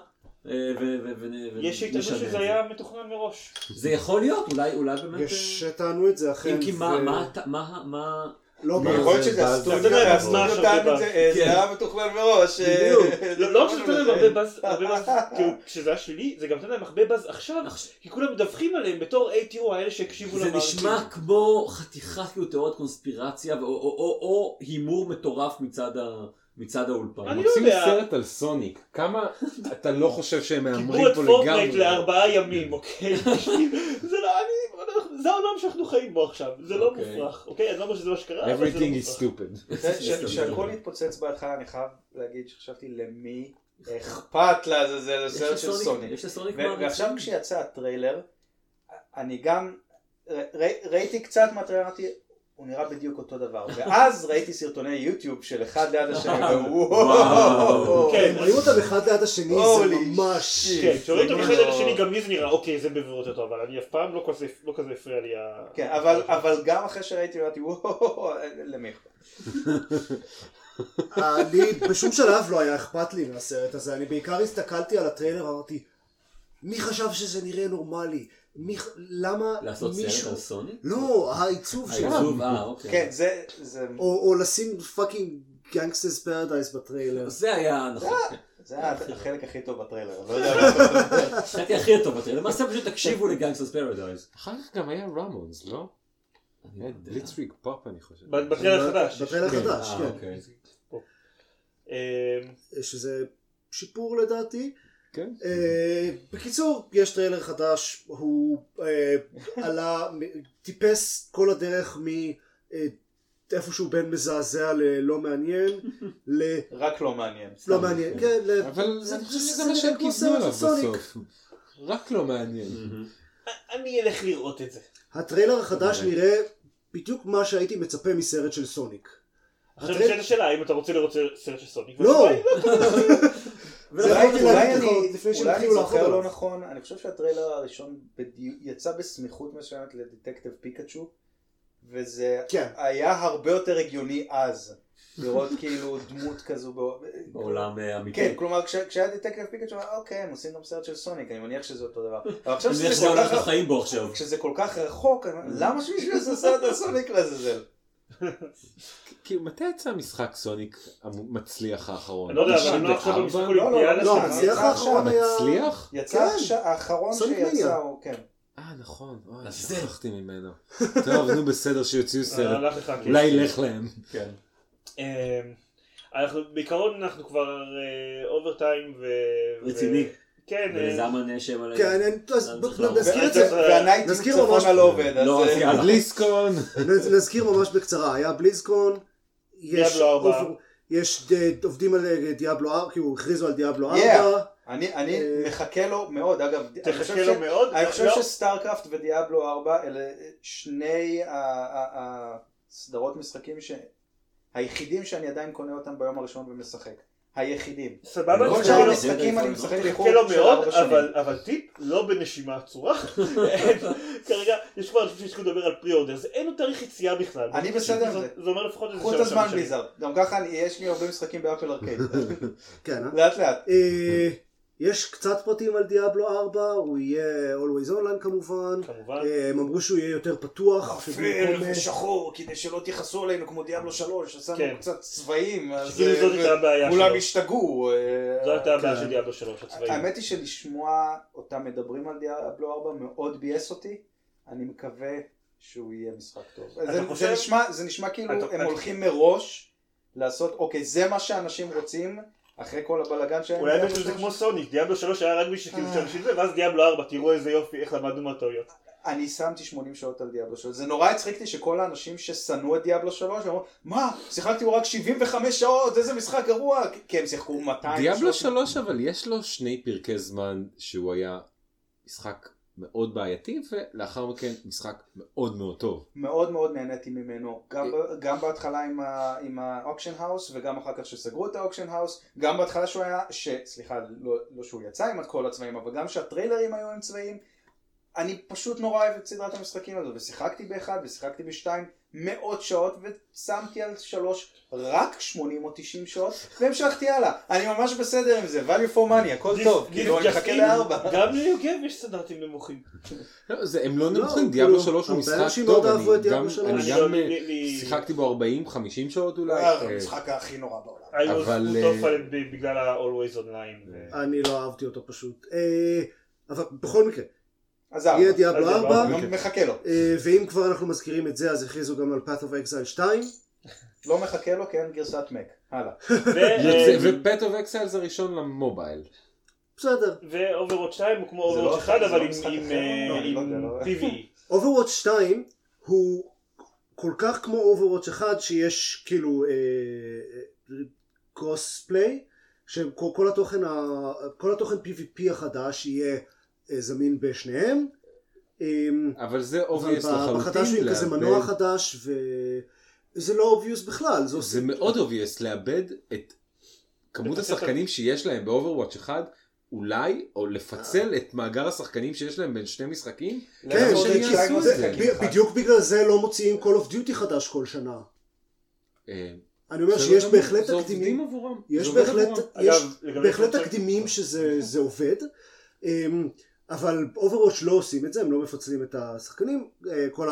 יש שהתענו שזה היה מתוכנן מראש. זה יכול להיות, אולי באמת... יש שטענו את זה אכן. אם כי מה לא יכול להיות שזה הסטודיו, הסטודיו טען את זה, זה היה מתוכנן מראש. לא רק שזה נותן להם הרבה באז, כשזה היה שלילי, זה גם נותן להם הרבה באז עכשיו, כי כולם מדווחים עליהם בתור איי תראו האלה שהקשיבו זה למערכת. נשמע כמו חתיכת כאילו תיאוריית קונספירציה או הימור מטורף מצד האולפן. אני לא מוצאים יודע. סרט על סוניק, כמה אתה לא חושב שהם קיבלו מהמרים את פה פורטנייט לגמרי? לארבעה ימים, אוקיי? זה לא, אני, זה העולם שאנחנו חיים בו עכשיו, זה לא מופרך, אוקיי? אני לא אומר שזה מה שקרה, אבל זה לא Everything is מופרך. stupid. כשהכל התפוצץ בהתחלה, אני חייב להגיד שחשבתי למי אכפת לעזאזל הסרט של סוניק. יש לסוניק ו- מעריצים. ועכשיו כשיצא הטריילר, אני גם ר- ראיתי קצת מהטריילר, אמרתי, הוא נראה בדיוק אותו דבר. ואז ראיתי סרטוני יוטיוב של אחד ליד השני, וואו. כן, רואים אותם אחד ליד השני, זה Holy ממש... כן, כשרואים אותו זה מחד לא- לשני גם לי זה נראה, אוקיי, זה בבירות יותר, אבל אני אף פעם לא כזה, לא כזה הפריע לי ה... כן, אבל, אבל גם אחרי שראיתי, אמרתי, וואו, למי אכפת? אני בשום שלב לא היה אכפת לי מהסרט הזה, אני בעיקר הסתכלתי על הטריילר ואמרתי, מי חשב שזה נראה נורמלי? מי... למה לעשות מישהו... סרט על סוניק? לא, העיצוב שלו. העיצוב, אה, אוקיי. כן, זה... זה... או, או לשים פאקינג גנגסטרס פרדייס בטריילר. זה היה נכון. כן. זה היה החלק הכי טוב בטריילר, אני לא יודע מה. חשבתי הכי טוב בטריילר. למעשה פשוט תקשיבו לגנגסטרס פרדייז. אחר כך גם היה רמונס, לא? היה בליצריג פופ אני חושב. בטריילר החדש. בטריילר חדש, אה, כן. אוקיי. אה, שזה שיפור לדעתי. כן. אה, בקיצור, יש טריילר חדש, הוא אה, עלה, טיפס כל הדרך מאיפשהו בין מזעזע ללא מעניין, ל... רק לא מעניין. לא מעניין, כן, ל... אבל אני חושב שזה זה מה שהם נראה כמו כיוונו סרט עליו של סוניק. בסוף. רק לא מעניין. אני אלך לראות את זה. הטריילר החדש נראה בדיוק מה שהייתי מצפה מסרט של סוניק. עכשיו הטריילר- נשאלת השאלה, האם אתה רוצה לראות סרט של סוניק? לא! אולי הייתי אולי להגיד לך אני לפני אולי אני שהתחילו לעבוד זוכר עליו. לא נכון, אני חושב שהטריילר הראשון בדיוק- יצא בסמיכות מסוימת לדטקטיב פיקאצ'ו, וזה כן. היה הרבה יותר הגיוני אז, לראות כאילו דמות כזו ב- בעולם אה, אמיתי. כן, כלומר כש- כשהיה דטקטיב פיקאצ'ו, אוקיי, הם עושים גם סרט של סוניק, אני מניח שזה אותו דבר. אבל עכשיו אני שזה מניח כל שזה העולם כך- שאנחנו חיים בו עכשיו. כשזה כל כך רחוק, אני אומר, למה שמישהו יעשה סרט על סוניק לעזאזל? כאילו מתי יצא המשחק סוניק המצליח האחרון? אני לא יודע, אבל אני לא עכשיו תשעים וארבע? במשחק אולימפיאדה. לא, יצא המצליח עכשיו. האחרון היה... מצליח? יצא כן. עכשיו- האחרון סוניק שיצא, מניה. הוא- כן. אה נכון, אוי, אז זה. שכחתי ממנו. טוב, נו בסדר שיוציאו סרט. הלך לך כסף. אולי ילך להם. כן. אה, אנחנו, בעיקרון אנחנו כבר אובר טיים ו... רציני. כן. אה, ולזמן נשם עליהם. כן, אני- אז אני ב- צריך לעבור. נזכיר את זה- זה, והנייטים נזכיר צפון ממש- על עובד, אז... לא, אז יאללה. בליסקון. נ- נזכיר ממש בקצרה, היה בליזקון, יש דיאבלו ארבע. עוב- יש ד- עובדים על אה, דיאבלו ארבע, כאילו הכריזו על דיאבלו Yeah. ארבע, אני אני אה, מחכה לו מאוד, אגב, אני חושב תחכה לו ש- מאוד. אני חושב לא, שסטארקראפט ודיאבלו ארבע אלה שני ה- ה- הסדרות משחקים ש... היחידים שאני עדיין קונה אותם ביום הראשון ומשחק. היחידים. סבבה, כל כל תחכה שאר לו- המשחקים אני משחק תחכה לחור לו של מאוד, ארבע שנים. אבל, אבל טיפ, לא בנשימה עצורה. אין, כרגע, יש כבר אנשים שהתחילו לדבר על פרי אורדר, זה אין לו תאריך יציאה בכלל. אני בסדר עם זה. זה אומר לפחות איזה קחו את שלוש הזמן שנים. בליזארד. גם ככה אני- יש לי הרבה משחקים באפל ארקייד. כן, אה? לאט לאט. אה, יש קצת פרטים על דיאבלו ארבע, הוא יהיה Always Online כמובן, כמובן. אה, הם אמרו שהוא יהיה יותר פתוח, אפל שבמקום, אה, ושחור, כדי שלא תיחסו עלינו כמו דיאבלו שלוש, עשינו כן. קצת צבעים, אז שכאילו זאת הייתה הבעיה כולם שלו. השתגעו. אה, זו הייתה הבעיה כן. של דיאבלו שלוש, הצבעים. האמת היא שלשמוע אותם מדברים על דיאבלו ארבע מאוד ביאס אותי, אני מקווה שהוא יהיה משחק טוב. זה, אתה חושב- זה, נשמע, זה נשמע כאילו אתה- הם אתה- הולכים מראש לעשות, אוקיי, זה מה שאנשים רוצים, אחרי כל הבלגן שלהם. אולי דיאבלו באמת זה שלוש. כמו סוניק, דיאבלו שלוש היה רק בשביל כאילו אה. שם בשביל זה, ואז דיאבלו ארבע, תראו איזה יופי, איך למדנו מהטעויות. אני שמתי שמונים שעות על דיאבלו שלוש, זה נורא הצחיק לי שכל האנשים ששנאו את דיאבלו שלוש, אמרו, מה, שיחקתי בו רק שבעים וחמש שעות, איזה משחק גרוע, כי הם שיחקו מאתיים. דיאבלו שלוש אבל יש לו שני פרקי זמן שהוא היה משחק מאוד בעייתי ולאחר מכן משחק מאוד מאוד טוב. מאוד מאוד נהניתי ממנו, גם, ב- גם בהתחלה עם, ה, עם האוקשן האוס וגם אחר כך שסגרו את האוקשן האוס, גם בהתחלה שהוא היה, ש, סליחה, לא, לא שהוא יצא עם כל הצבעים, אבל גם שהטריילרים היו עם צבעים, אני פשוט נורא אוהב את סדרת המשחקים הזו, ושיחקתי באחד ושיחקתי בשתיים מאות שעות, ושמתי על שלוש רק שמונים או תשעים שעות, והמשכתי הלאה. אני ממש בסדר עם זה, value for money, הכל טוב, כאילו אני מחכה לארבע. גם ליוגב יש סטנדרטים נמוכים. הם לא נמוכים, דיאבלו שלוש הוא משחק טוב, אני גם שיחקתי בו ארבעים חמישים שעות אולי. המשחק הכי נורא בעולם. אבל... הוא טוב בגלל ה-Always Online. אני לא אהבתי אותו פשוט. אבל בכל מקרה. אז יהיה דיאבלו ארבע, מחכה לו. ואם כבר אנחנו מזכירים את זה, אז הכריזו גם על Path of Exile שתיים. לא מחכה לו, כן, גרסת מק. הלאה. ו-Path of Exile זה ראשון למובייל. בסדר. ו-Overwatch שתיים הוא כמו Overwatch אחד, אבל עם פי וי אי. Overwatch שתיים הוא כל כך כמו Overwatch אחד, שיש כאילו קרוס פליי, שכל התוכן כל התוכן פי וי פי החדש יהיה זמין בשניהם. אבל זה obvious לחלוטין. בחדש הוא כזה מנוע חדש, וזה לא obvious בכלל. זה מאוד obvious לאבד את כמות השחקנים שיש להם ב-Overwatch אחד, אולי, או לפצל את מאגר השחקנים שיש להם בין שני משחקים. כן, בדיוק בגלל זה לא מוציאים Call of Duty חדש כל שנה. אני אומר שיש בהחלט תקדימים, יש בהחלט תקדימים שזה עובד, אבל Overwatch לא עושים את זה, הם לא מפצלים את השחקנים. כל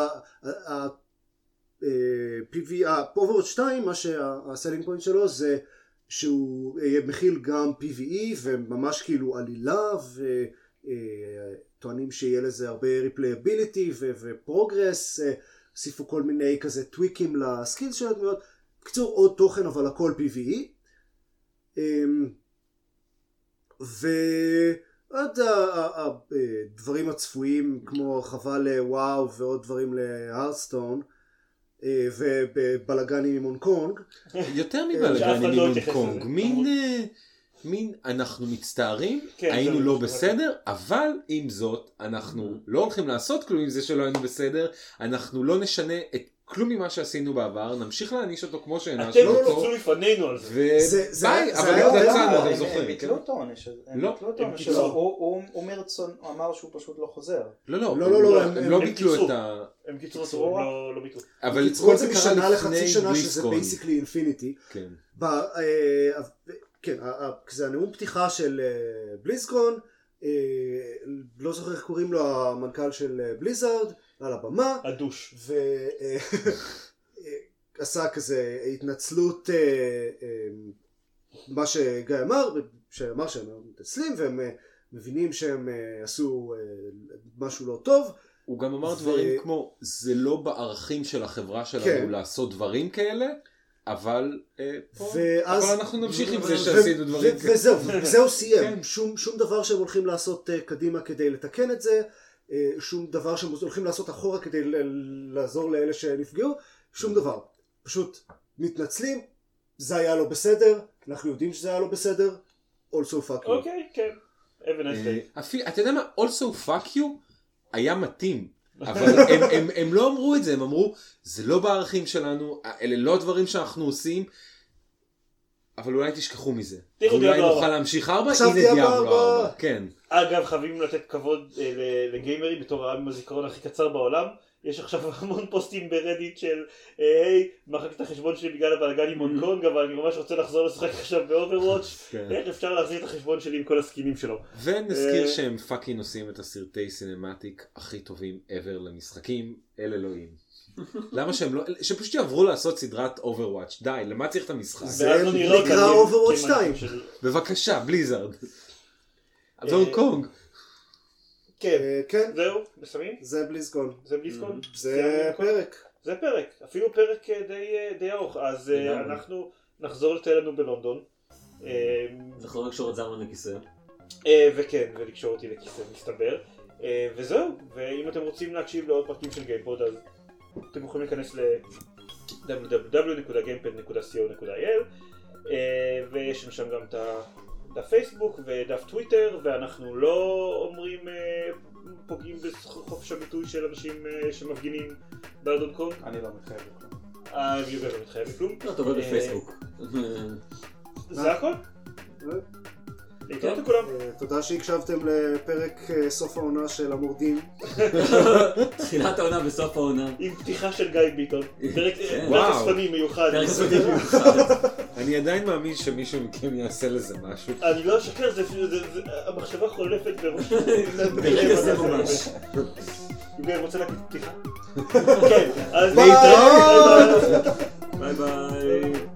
ה-פי וי, Overwatch שתיים, מה שה-selling point שלו זה שהוא מכיל גם פי וי אי וממש כאילו עלילה, וטוענים שיהיה לזה הרבה replayability ופרוגרס, הוסיפו כל מיני כזה טוויקים לסקילס של הדמויות. בקיצור, עוד תוכן, אבל הכל פי וי אי. ועוד הדברים הצפויים כמו הרחבה לוואו ועוד דברים להרסטון, ובבלגנים עם הונג קונג. יותר מבלגנים עם הונג קונג. מין, מין, אנחנו מצטערים, היינו לא בסדר, אבל עם זאת, אנחנו לא הולכים לעשות כלום עם זה שלא היינו בסדר, אנחנו לא נשנה את כלום ממה שעשינו בעבר, נמשיך להעניש אותו כמו שהענשנו אותו. אתם לא נוצרו לפנינו על זה. וביי, אבל יצאנו, אתם זוכרים. הם ביטלו אותו עונש. לא. הוא מרצון אמר שהוא פשוט לא חוזר. לא, לא, הם לא ביטלו את ה... הם קיצרו אותו, הם לא ביטלו. אבל כל זה משנה קרה לחצי לפני שנה שזה בליסקון. בייסיקלי אינפיניטי. כן. כן, זה הנאום פתיחה של בליסקון, לא זוכר איך קוראים לו המנכ"ל של בליזארד, על הבמה. הדוש. ועשה כזה התנצלות, מה שגיא אמר, שאמר שהם מתנצלים והם מבינים שהם עשו משהו לא טוב. הוא גם אמר דברים כמו, זה לא בערכים של החברה שלנו לעשות דברים כאלה, אבל אנחנו נמשיך עם זה שעשינו דברים כאלה. וזהו, וזהו סיים. שום דבר שהם הולכים לעשות קדימה כדי לתקן את זה, שום דבר שהם הולכים לעשות אחורה כדי לעזור לאלה שנפגעו, שום דבר. פשוט מתנצלים, זה היה לא בסדר, אנחנו יודעים שזה היה לא בסדר, also fuck you. אוקיי, כן. אתה יודע מה? also fuck you היה מתאים, אבל הם לא אמרו את זה, הם אמרו, זה לא בערכים שלנו, אלה לא הדברים שאנחנו עושים, אבל אולי תשכחו מזה. אולי נוכל להמשיך ארבע, הנה דיאבלו ארבע. כן. אגב, חייבים לתת כבוד לגיימרים בתור העם הזיכרון הכי קצר בעולם. יש עכשיו המון פוסטים ברדיט של היי, מחקתי את החשבון שלי בגלל הבלגן עם הונג קונג, אבל אני ממש רוצה לחזור לשחק עכשיו ב-Overwatch. איך אפשר להחזיר את החשבון שלי עם כל הסקינים שלו. ונזכיר שהם פאקינג עושים את הסרטי סינמטיק הכי טובים ever למשחקים, אל אלוהים. למה שהם לא, שפשוט יעברו לעשות סדרת Overwatch, די, למה צריך את המשחק? זה נקרא Overwatch שתיים. בבקשה, בליזארד. והונג קונג. כן, זהו, מסמים? זה בליזקון. זה בליזקון? זה פרק. זה פרק, אפילו פרק די ארוך, אז אנחנו נחזור לטייל לנו בלונדון. זכרו לקשור את זרמן לכיסא. וכן, ולקשור אותי לכיסא, מסתבר. וזהו, ואם אתם רוצים להקשיב לעוד פרקים של גיימפוד, אז אתם יכולים להיכנס ל-דאבליו דאבליו דאבליו נקודה גיימפד נקודה סי או נקודה איי אל, ויש לנו שם גם את דף פייסבוק ודף טוויטר, ואנחנו לא אומרים פוגעים בחופש הביטוי של אנשים שמפגינים בעד הונג קונג. אני לא מתחייב לכלום. אה, יוגב לא מתחייב לכלום. לא, אתה עובד בפייסבוק. זה הכל? להתראות לכולם. אה, תודה שהקשבתם לפרק אה, סוף העונה של המורדים. תחילת העונה בסוף העונה. עם פתיחה של גיא ביטון. פרק וואו. אספני מיוחד. פרק אספני מיוחד. אני עדיין מאמין שמישהו מכם יעשה לזה משהו. אני לא אשקר, זה- זה- זה- המחשבה חולפת בראש. ברגע זה ממש. יוגב רוצה להגיד פתיחה? כן, אז ביי. להתראות. ביי ביי.